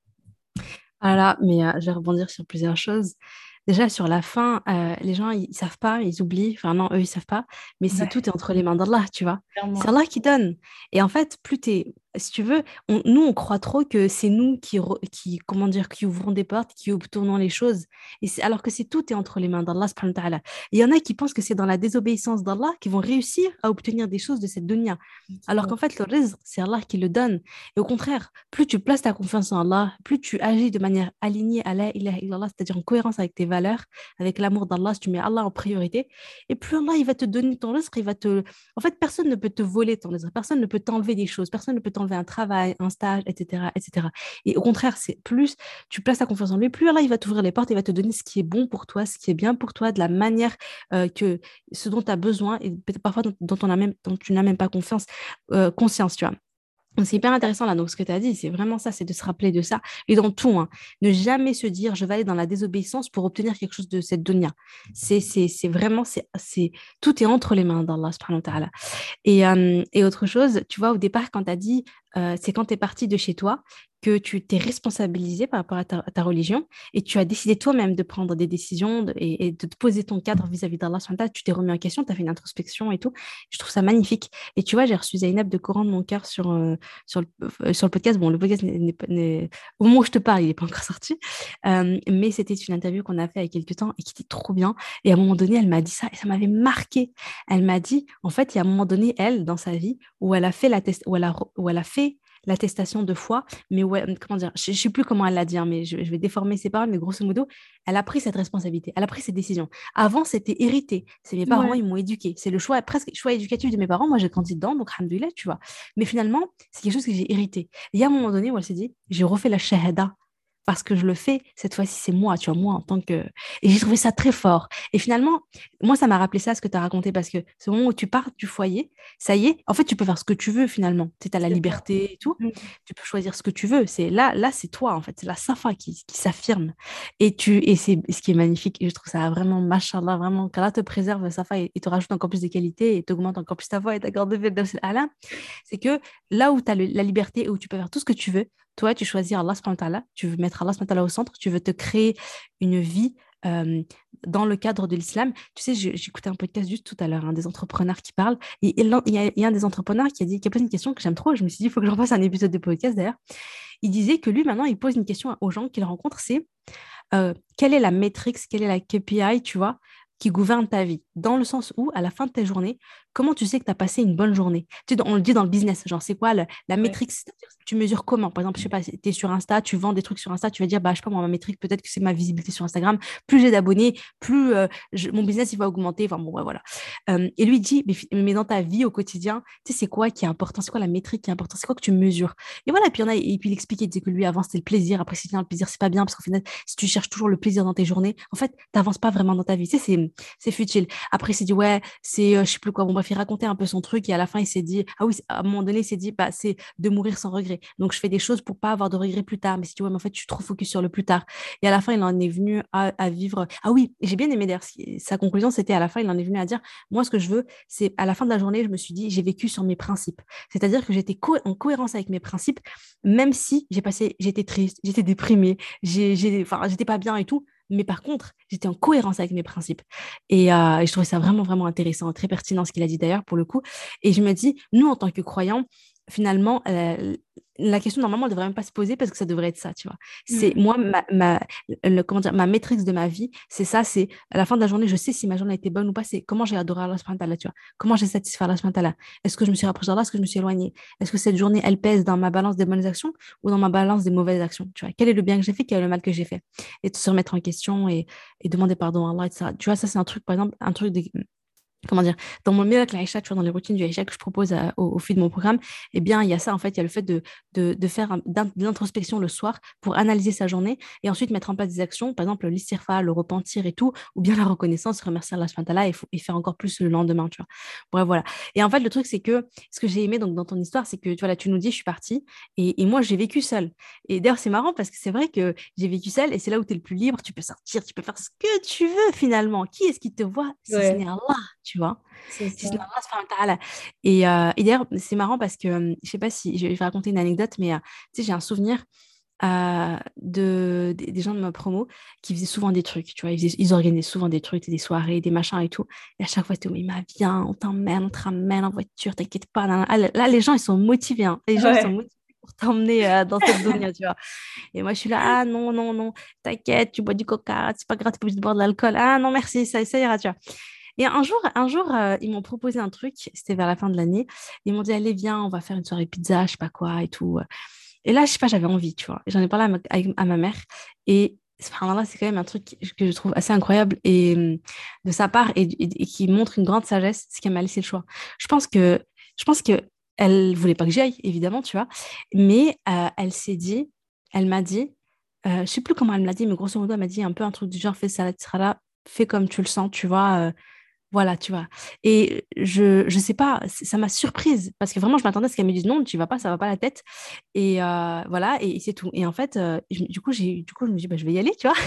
Voilà, mais euh, je vais rebondir sur plusieurs choses. Déjà, sur la fin, euh, les gens, ils, ils savent pas, ils oublient. Enfin, non, eux, ils savent pas. Mais c'est Ouais, tout est entre les mains d'Allah, tu vois. C'est clairement. Allah qui donne. Et en fait, plus t'es, si tu veux, on- nous, on croit trop que c'est nous qui, re- qui, comment dire, qui ouvrons des portes, qui obtenons les choses. Et c'est, alors que c'est tout est entre les mains d'Allah, subhanahu wa ta'ala. Il y en a qui pensent que c'est dans la désobéissance d'Allah qu'ils vont réussir à obtenir des choses de cette dunya. Alors qu'en fait, le rizq, c'est Allah qui le donne. Et au contraire, plus tu places ta confiance en Allah, plus tu agis de manière alignée à la ilaha illallah, c'est-à-dire en cohérence avec tes valeurs, avec l'amour d'Allah, si tu mets Allah en priorité, et plus Allah, il va te donner ton risque, il va te... En fait, personne ne peut te voler ton risque, personne ne peut t'enlever des choses, personne ne peut t'enlever un travail, un stage, et cetera, et cetera. Et au contraire, c'est plus tu places ta confiance en lui, plus Allah, il va t'ouvrir les portes, il va te donner ce qui est bon pour toi, ce qui est bien pour toi, de la manière euh, que ce dont tu as besoin, et peut-être parfois dont, dont on a même, dont tu n'as même pas confiance, euh, conscience, tu vois. Donc, c'est hyper intéressant là, donc ce que tu as dit, c'est vraiment ça, c'est de se rappeler de ça. Et dans tout, hein, ne jamais se dire je vais aller dans la désobéissance pour obtenir quelque chose de cette dunya. C'est, c'est, c'est vraiment, c'est, c'est, tout est entre les mains d'Allah subhanahu wa ta'ala. Et, euh, et autre chose, tu vois, au départ, quand tu as dit, euh, c'est quand tu es parti de chez toi que tu t'es responsabilisé par rapport à ta, à ta religion et tu as décidé toi-même de prendre des décisions de- et, et de te poser ton cadre vis-à-vis d'Allah subhanahu wa ta'ala. Tu t'es remis en question, tu as fait une introspection et tout. Je trouve ça magnifique. Et tu vois, j'ai reçu Zainab de Coran de mon cœur sur, euh, sur, le, euh, sur le podcast. Bon, le podcast, n'est, n'est pas- n'est- au moment où je te parle, il n'est pas encore sorti. Euh, mais c'était une interview qu'on a fait il y a quelques temps et qui était trop bien. Et à un moment donné, elle m'a dit ça et ça m'avait marqué. Elle m'a dit, en fait, il y a un moment donné, elle, dans sa vie, où elle a fait l'attest- où elle a, où elle a fait l'attestation de foi, mais ouais, comment dire, je ne sais plus comment elle l'a dit, hein, mais je, je vais déformer ses paroles, mais grosso modo, elle a pris cette responsabilité, elle a pris cette décision. Avant, c'était hérité, c'est mes parents, Ouais. ils m'ont éduqué, c'est le choix, presque choix éducatif de mes parents, moi j'ai grandi dedans, donc alhamdoulilah, tu vois. Mais finalement, c'est quelque chose que j'ai hérité. Et il y a un moment donné où elle s'est dit, j'ai refait la shahada, parce que je le fais, cette fois-ci, c'est moi, tu vois, moi en tant que... Et j'ai trouvé ça très fort. Et finalement, moi, ça m'a rappelé ça, ce que tu as raconté, parce que ce moment où tu pars du foyer, ça y est, en fait, tu peux faire ce que tu veux finalement. Tu as la C'est ça. liberté et tout. Mm. Tu peux choisir ce que tu veux. C'est là, là, c'est toi, en fait. C'est la Safa qui, qui s'affirme. Et, tu, et c'est ce qui est magnifique. Et je trouve ça vraiment, machallah, vraiment, qu'Allah te préserve, Safa, et, et te rajoute encore plus de qualité et t'augmente encore plus ta voix et ta garde de vie, c'est que là où tu as la liberté et où tu peux faire tout ce que tu veux, toi, tu choisis Allah subhanahu wa ta'ala, tu veux mettre Allah subhanahu wa ta'ala au centre, tu veux te créer une vie euh, dans le cadre de l'islam. Tu sais, j'ai- j'écoutais un podcast juste tout à l'heure, hein, des entrepreneurs qui parlent. Et il y, a, il y a un des entrepreneurs qui a dit, qui a posé une question que j'aime trop. Je me suis dit, il faut que j'en fasse un épisode de podcast d'ailleurs. Il disait que lui, maintenant, il pose une question aux gens qu'il rencontre, c'est euh, quelle est la métrique, quelle est la K P I, tu vois, qui gouverne ta vie, dans le sens où, à la fin de ta journée, comment tu sais que tu as passé une bonne journée? Tu sais, on le dit dans le business, genre, c'est quoi le- la Ouais. métrique? C'est-à-dire, tu mesures comment? Par exemple, je sais pas, tu es sur Insta, tu vends des trucs sur Insta, tu vas dire, bah, je sais pas, moi, ma métrique, peut-être que c'est ma visibilité sur Instagram. Plus j'ai d'abonnés, plus euh, je- mon business, il va augmenter. Enfin, bon, ouais, voilà. Euh, et lui, il dit, mais, fi- mais dans ta vie au quotidien, tu sais, c'est quoi qui est important? C'est quoi la métrique qui est importante? C'est quoi que tu mesures? Et voilà, et puis, il y en a, et puis il expliquait, il disait que lui, avant, c'était le plaisir. Après, si le plaisir, c'est pas bien, parce qu'au final, si tu cherches toujours le plaisir dans tes journées, en fait, t'avances pas vraiment dans ta vie. Tu sais, c'est c'est futile. Après, il s'est dit, ouais, c'est, euh, je sais plus quoi. Bon, bref, il racontait un peu son truc, et à la fin, il s'est dit, ah oui, à un moment donné, il s'est dit, bah, c'est de mourir sans regret. Donc, je fais des choses pour pas avoir de regrets plus tard. Mais si tu vois, mais en fait, je suis trop focus sur le plus tard. Et à la fin, il en est venu à, à vivre. Ah oui, et j'ai bien aimé d'ailleurs, ce sa conclusion, c'était à la fin, il en est venu à dire, moi, ce que je veux, c'est à la fin de la journée, je me suis dit, j'ai vécu sur mes principes. C'est-à-dire que j'étais co- en cohérence avec mes principes, même si j'ai passé, j'étais triste, j'étais déprimée, j'ai, j'ai, enfin, j'étais pas bien et tout. Mais par contre, j'étais en cohérence avec mes principes. Et, euh, et je trouvais ça vraiment, vraiment intéressant, très pertinent ce qu'il a dit d'ailleurs, pour le coup. Et je me dis, nous, en tant que croyants, finalement, euh, la question, normalement, elle ne devrait même pas se poser parce que ça devrait être ça, tu vois. C'est Mm. moi, ma, ma, le, comment dire, ma maîtrise de ma vie, c'est ça, c'est à la fin de la journée, je sais si ma journée a été bonne ou pas, c'est comment j'ai adoré Allah subhanahu wa ta'ala, tu vois. Comment j'ai satisfait Allah subhanahu wa ta'ala. Est-ce que je me suis rapprochée d'Allah, est-ce que je me suis éloignée? Est-ce que cette journée, elle pèse dans ma balance des bonnes actions ou dans ma balance des mauvaises actions, tu vois. Quel est le bien que j'ai fait, quel est le mal que j'ai fait? Et de se remettre en question et, et demander pardon à Allah, et cetera. Tu vois, ça, c'est un truc, par exemple, un truc de, comment dire, dans mon miracle Aïcha, tu vois, dans les routines du Aïcha que je propose à- au, au fil de mon programme, eh bien, il y a ça, en fait, il y a le fait de, de, de faire un- d'in- de l'introspection le soir pour analyser sa journée et ensuite mettre en place des actions, par exemple, l'istighfar, le repentir et tout, ou bien la reconnaissance, remercier Allah subhanahu wa ta'ala et, faut- et faire encore plus le lendemain, tu vois. Bref, voilà. Et en fait, le truc, c'est que ce que j'ai aimé donc, dans ton histoire, c'est que, tu vois, là, tu nous dis, je suis partie et, et moi, j'ai vécu seule. Et d'ailleurs, c'est marrant parce que c'est vrai que j'ai vécu seule et c'est là où tu es le plus libre, tu peux sortir, tu peux faire ce que tu veux finalement. Qui est-ce qui te voit si ce n'est Ouais, Allah, tu vois? c'est Si ce n'est ça. Allah subhanahu wa ta'ala. Et, euh, et d'ailleurs, c'est marrant parce que, euh, je sais pas si, je vais raconter une anecdote, mais euh, tu sais, j'ai un souvenir euh, de, des, des gens de ma promo qui faisaient souvent des trucs, tu vois, ils, faisaient- ils organisaient souvent des trucs, des soirées, des machins et tout. Et à chaque fois, c'était, oui, mais viens, on t'emmène, on te ramène en voiture, t'inquiète pas. Nan, nan. Ah, Là, là, les gens, ils sont motivés, hein. Les gens, ils sont Ouais. motivés pour t'emmener euh, dans cette dunya, tu vois. Et moi, je suis là, ah non, non, non, t'inquiète, tu bois du coca, c'est pas grave, t'es pas obligé de boire de l'alcool. Ah non, merci, ça, ça ira, tu vois. Et un jour, un jour euh, ils m'ont proposé un truc, c'était vers la fin de l'année. Ils m'ont dit, allez, viens, on va faire une soirée pizza, je sais pas quoi et tout. Et là, je sais pas, j'avais envie, tu vois. J'en ai parlé à ma, avec- à ma mère. Et subhanallah, c'est quand même un truc que je trouve assez incroyable et, hum, de sa part et, et- et qui montre une grande sagesse, c'est qu'elle m'a laissé le choix. Je pense que, je pense que elle voulait pas que j'y aille, évidemment, tu vois. Mais euh, elle s'est dit, elle m'a dit, euh, je sais plus comment elle me l'a dit, mais grosso modo, elle m'a dit un peu un truc du genre, fais ça, tu seras là, fais comme tu le sens, tu vois. euh, voilà, tu vois. Et je je sais pas, c- ça m'a surprise parce que vraiment, je m'attendais à ce qu'elle me dise non, tu vas pas, ça va pas la tête. Et euh, voilà, et c'est tout. Et en fait, euh, je- du coup, j'ai, du coup, je me dis, bah, je vais y aller, tu vois.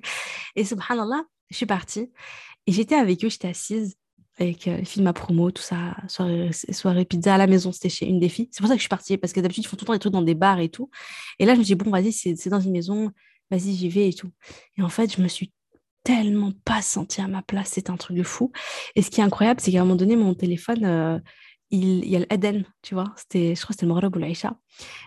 Et subhanallah, je suis partie et j'étais avec eux, j'étais assise avec euh, les filles de ma promo, tout ça, soirée, soirée pizza à la maison, c'était chez une des filles. C'est pour ça que je suis partie parce que d'habitude, ils font tout le temps des trucs dans des bars et tout. Et là, je me dis, bon, vas-y, c'est c'est dans une maison, vas-y, j'y vais et tout. Et en fait, je me suis tellement pas sentie à ma place, c'est un truc de fou. Et ce qui est incroyable, c'est qu'à un moment donné, mon téléphone, euh, il, il y a l'Aden, tu vois, c'était, je crois que c'était le Maghreb ou l'Aïcha.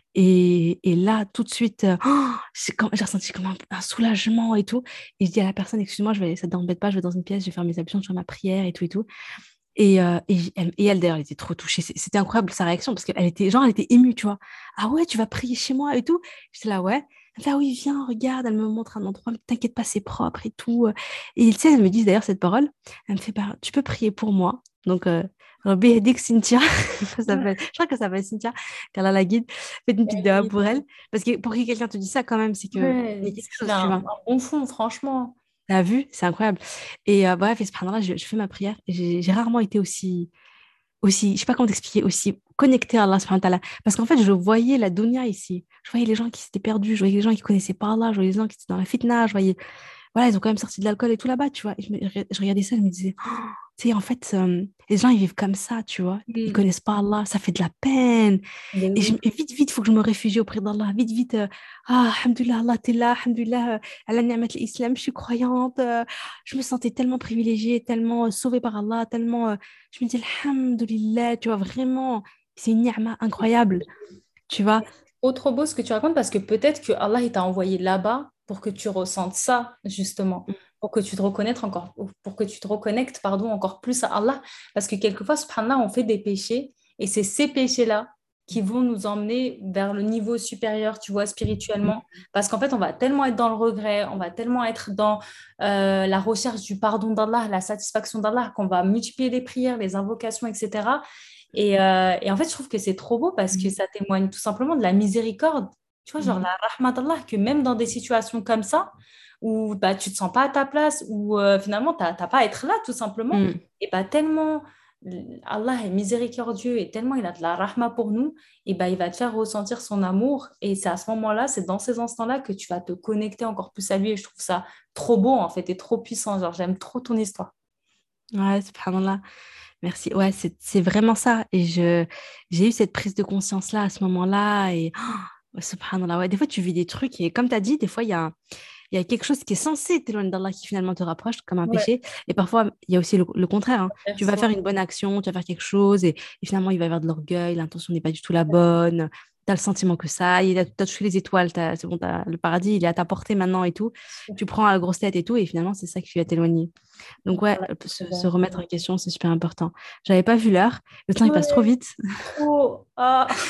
Et, et là, tout de suite, euh, oh, j'ai comme- j'ai ressenti comme un, un soulagement et tout. Et je dis à la personne, excuse-moi, je vais, ça ne t'embête pas, je vais dans une pièce, je vais faire mes ablutions, je vais faire ma prière et tout et tout. Et, euh, et, j- elle, et elle, d'ailleurs, elle était trop touchée. C'est- C'était incroyable sa réaction parce qu'elle était, genre, elle était émue, tu vois. Ah ouais, tu vas prier chez moi et tout. J'étais là, ouais. Elle me fait, ah oui, viens, regarde. Elle me montre un endroit, mais t'inquiète pas, c'est propre et tout. Et tu sais, elle me dit d'ailleurs cette parole. Elle me fait, bah, tu peux prier pour moi. Donc, euh, Rabbi Yedik Cynthia, ça s'appelle- je crois que ça s'appelle Cynthia, qu'Allah la guide. Faites une petite dua pour elle. Parce que pour que quelqu'un te dise ça, quand même, c'est que il y a Ouais, quelque il chose, a tu un, vois. un bon fond, franchement. T'as vu? C'est incroyable. Et euh, bref, et subhanallah, je, je fais ma prière. Et J'ai j'ai rarement été aussi aussi, je sais pas comment t'expliquer, aussi connecté à Allah subhanahu wa ta'ala. Parce qu'en fait, je voyais la dunya ici. Je voyais les gens qui s'étaient perdus, je voyais les gens qui connaissaient pas Allah, je voyais les gens qui étaient dans la fitna, je voyais, voilà, ils ont quand même sorti de l'alcool et tout là-bas, tu vois. Et je, me- je regardais ça, je me disais, oh, tu sais, en fait, euh, les gens, ils vivent comme ça, tu vois. Ils Mm. connaissent pas Allah, ça fait de la peine. De Et, je, ouf. et vite, vite, il faut que je me réfugie auprès d'Allah. Vite, vite, euh, ah, alhamdoulilah, Allah, t'es là, alhamdoulilah, euh, Allah ni'mat l'islam, je suis croyante. euh, je me sentais tellement privilégiée, tellement euh, sauvée par Allah, tellement, euh, je me dis, alhamdoulilah, tu vois, vraiment, c'est une ni'ma incroyable, tu vois. Trop, trop beau ce que tu racontes parce que peut-être que Allah il t'a envoyé là-bas pour que tu ressentes ça, justement. pour que tu te reconnectes encore, pour que tu te reconnectes, pardon, encore plus à Allah. Parce que quelquefois, subhanallah, on fait des péchés et c'est ces péchés-là qui vont nous emmener vers le niveau supérieur, tu vois, spirituellement. Parce qu'en fait, on va tellement être dans le regret, on va tellement être dans euh, la recherche du pardon d'Allah, la satisfaction d'Allah, qu'on va multiplier les prières, les invocations, et cetera. Et, euh, et en fait, je trouve que c'est trop beau parce que ça témoigne tout simplement de la miséricorde, tu vois, genre la rahmat d'Allah, que même dans des situations comme ça, où bah, tu ne te sens pas à ta place, où euh, finalement, tu n'as pas à être là, tout simplement, Mm. et bah, tellement Allah est miséricordieux et tellement il a de la rahma pour nous, et bah, il va te faire ressentir son amour. Et c'est à ce moment-là, c'est dans ces instants-là que tu vas te connecter encore plus à lui. Et je trouve ça trop beau, en fait, et trop puissant. Genre, j'aime trop ton histoire. Ouais, subhanallah. Merci. Ouais, c'est c'est vraiment ça. Et je j'ai eu cette prise de conscience-là à ce moment-là. Et oh, subhanallah. Ouais, des fois, tu vis des trucs. Et comme tu as dit, des fois, il y a, il y a quelque chose qui est censé t'éloigner d'Allah qui finalement te rapproche, comme un Ouais, péché. Et parfois, il y a aussi le, le contraire, hein. Tu vas perso. faire une bonne action, tu vas faire quelque chose. Et, et finalement, il va y avoir de l'orgueil. L'intention n'est pas du tout la bonne. Tu as le sentiment que ça, il a, t'as touché les étoiles, t'as- c'est bon, t'as- le paradis, il est à ta portée maintenant et tout. Tu prends la grosse tête et tout. Et finalement, c'est ça qui va t'éloigner. Donc ouais, Voilà, se, c'est se ça. remettre en question, c'est super important. J'avais pas vu l'heure. Le temps, il passe trop Ouais, vite. trop. Ah,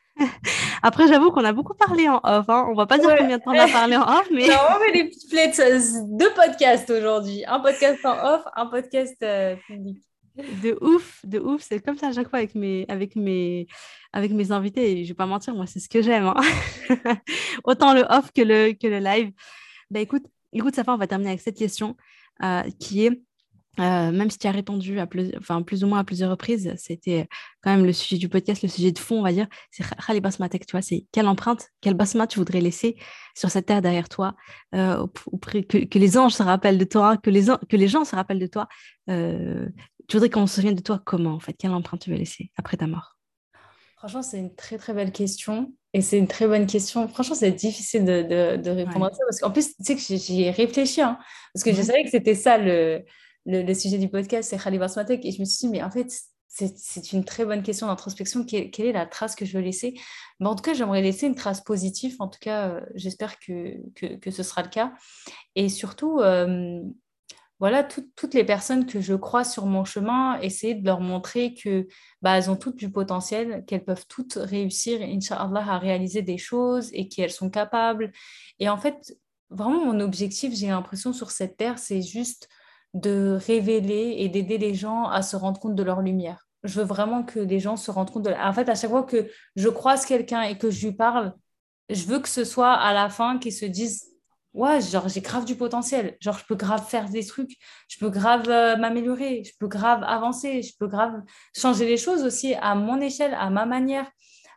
Après, j'avoue qu'on a beaucoup parlé en off, hein. On va pas dire ouais. combien de temps on a parlé en off, mais Non, on fait des petites plates, euh, deux podcasts aujourd'hui. Un podcast en off, un podcast euh, public. de ouf, de ouf. C'est comme ça à chaque fois avec mes, avec mes, avec mes invités. Et je vais pas mentir, moi, c'est ce que j'aime, hein. Autant le off que le, que le live. Bah écoute, écoute, Safa, on va terminer avec cette question euh, qui est, euh, même si tu as répondu à plus, enfin, plus ou moins à plusieurs reprises, c'était quand même le sujet du podcast, le sujet de fond, on va dire, c'est Khali Basmatek, tu vois, c'est quelle empreinte, quelle basma tu voudrais laisser sur cette terre derrière toi, euh, au- auprès- que, que les anges se rappellent de toi, que les, an- que les gens se rappellent de toi. euh, Tu voudrais qu'on se souvienne de toi comment, en fait, quelle empreinte tu veux laisser après ta mort? Franchement, c'est une très très belle question et c'est une très bonne question. Franchement, c'est difficile de, de- de répondre Ouais. à ça parce qu'en plus, tu sais que j'y j'y ai réfléchi, hein, parce que je Mhm. savais que c'était ça le, le, le sujet du podcast, c'est Khalid Basmatek et je me suis dit, mais en fait, c'est c'est une très bonne question d'introspection. Quelle, quelle est la trace que je veux laisser? Mais en tout cas, j'aimerais laisser une trace positive. En tout cas, euh, j'espère que, que, que ce sera le cas. Et surtout, euh, voilà, tout- toutes les personnes que je croise sur mon chemin, essayer de leur montrer que bah, elles ont toutes du potentiel, qu'elles peuvent toutes réussir, Inch'Allah, à réaliser des choses et qu'elles sont capables. Et en fait, vraiment, mon objectif, j'ai l'impression sur cette terre, c'est juste de révéler et d'aider les gens à se rendre compte de leur lumière. Je veux vraiment que les gens se rendent compte de... En fait, à chaque fois que je croise quelqu'un et que je lui parle, je veux que ce soit à la fin qu'ils se disent, ouais, genre j'ai grave du potentiel, genre je peux grave faire des trucs, je peux grave euh, m'améliorer, je peux grave avancer, je peux grave changer les choses aussi à mon échelle, à ma manière,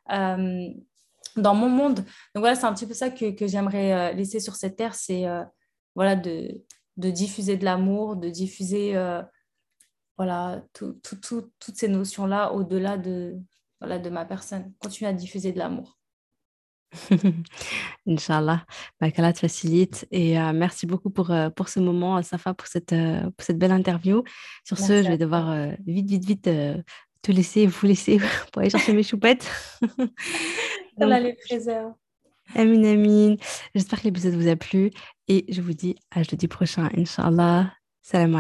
euh, dans mon monde. Donc voilà, c'est un petit peu ça que, que j'aimerais euh, laisser sur cette terre, c'est euh, voilà, de, de diffuser de l'amour, de diffuser euh, voilà, tout, tout, tout- toutes ces notions-là au-delà de, voilà, de ma personne. Continuer à diffuser de l'amour. Inch'Allah, bah, qu'Allah te facilite. Et euh, merci beaucoup pour, euh, pour ce moment, euh, Safa, pour cette, euh, pour cette belle interview. Sur ce, Merci je à vais toi. devoir euh, vite, vite, vite euh, te laisser, vous laisser pour aller chercher mes choupettes. Allah Donc, les préserve. amin, amin. J'espère que l'épisode vous a plu. Et je vous dis à jeudi prochain, Inch'Allah. Salam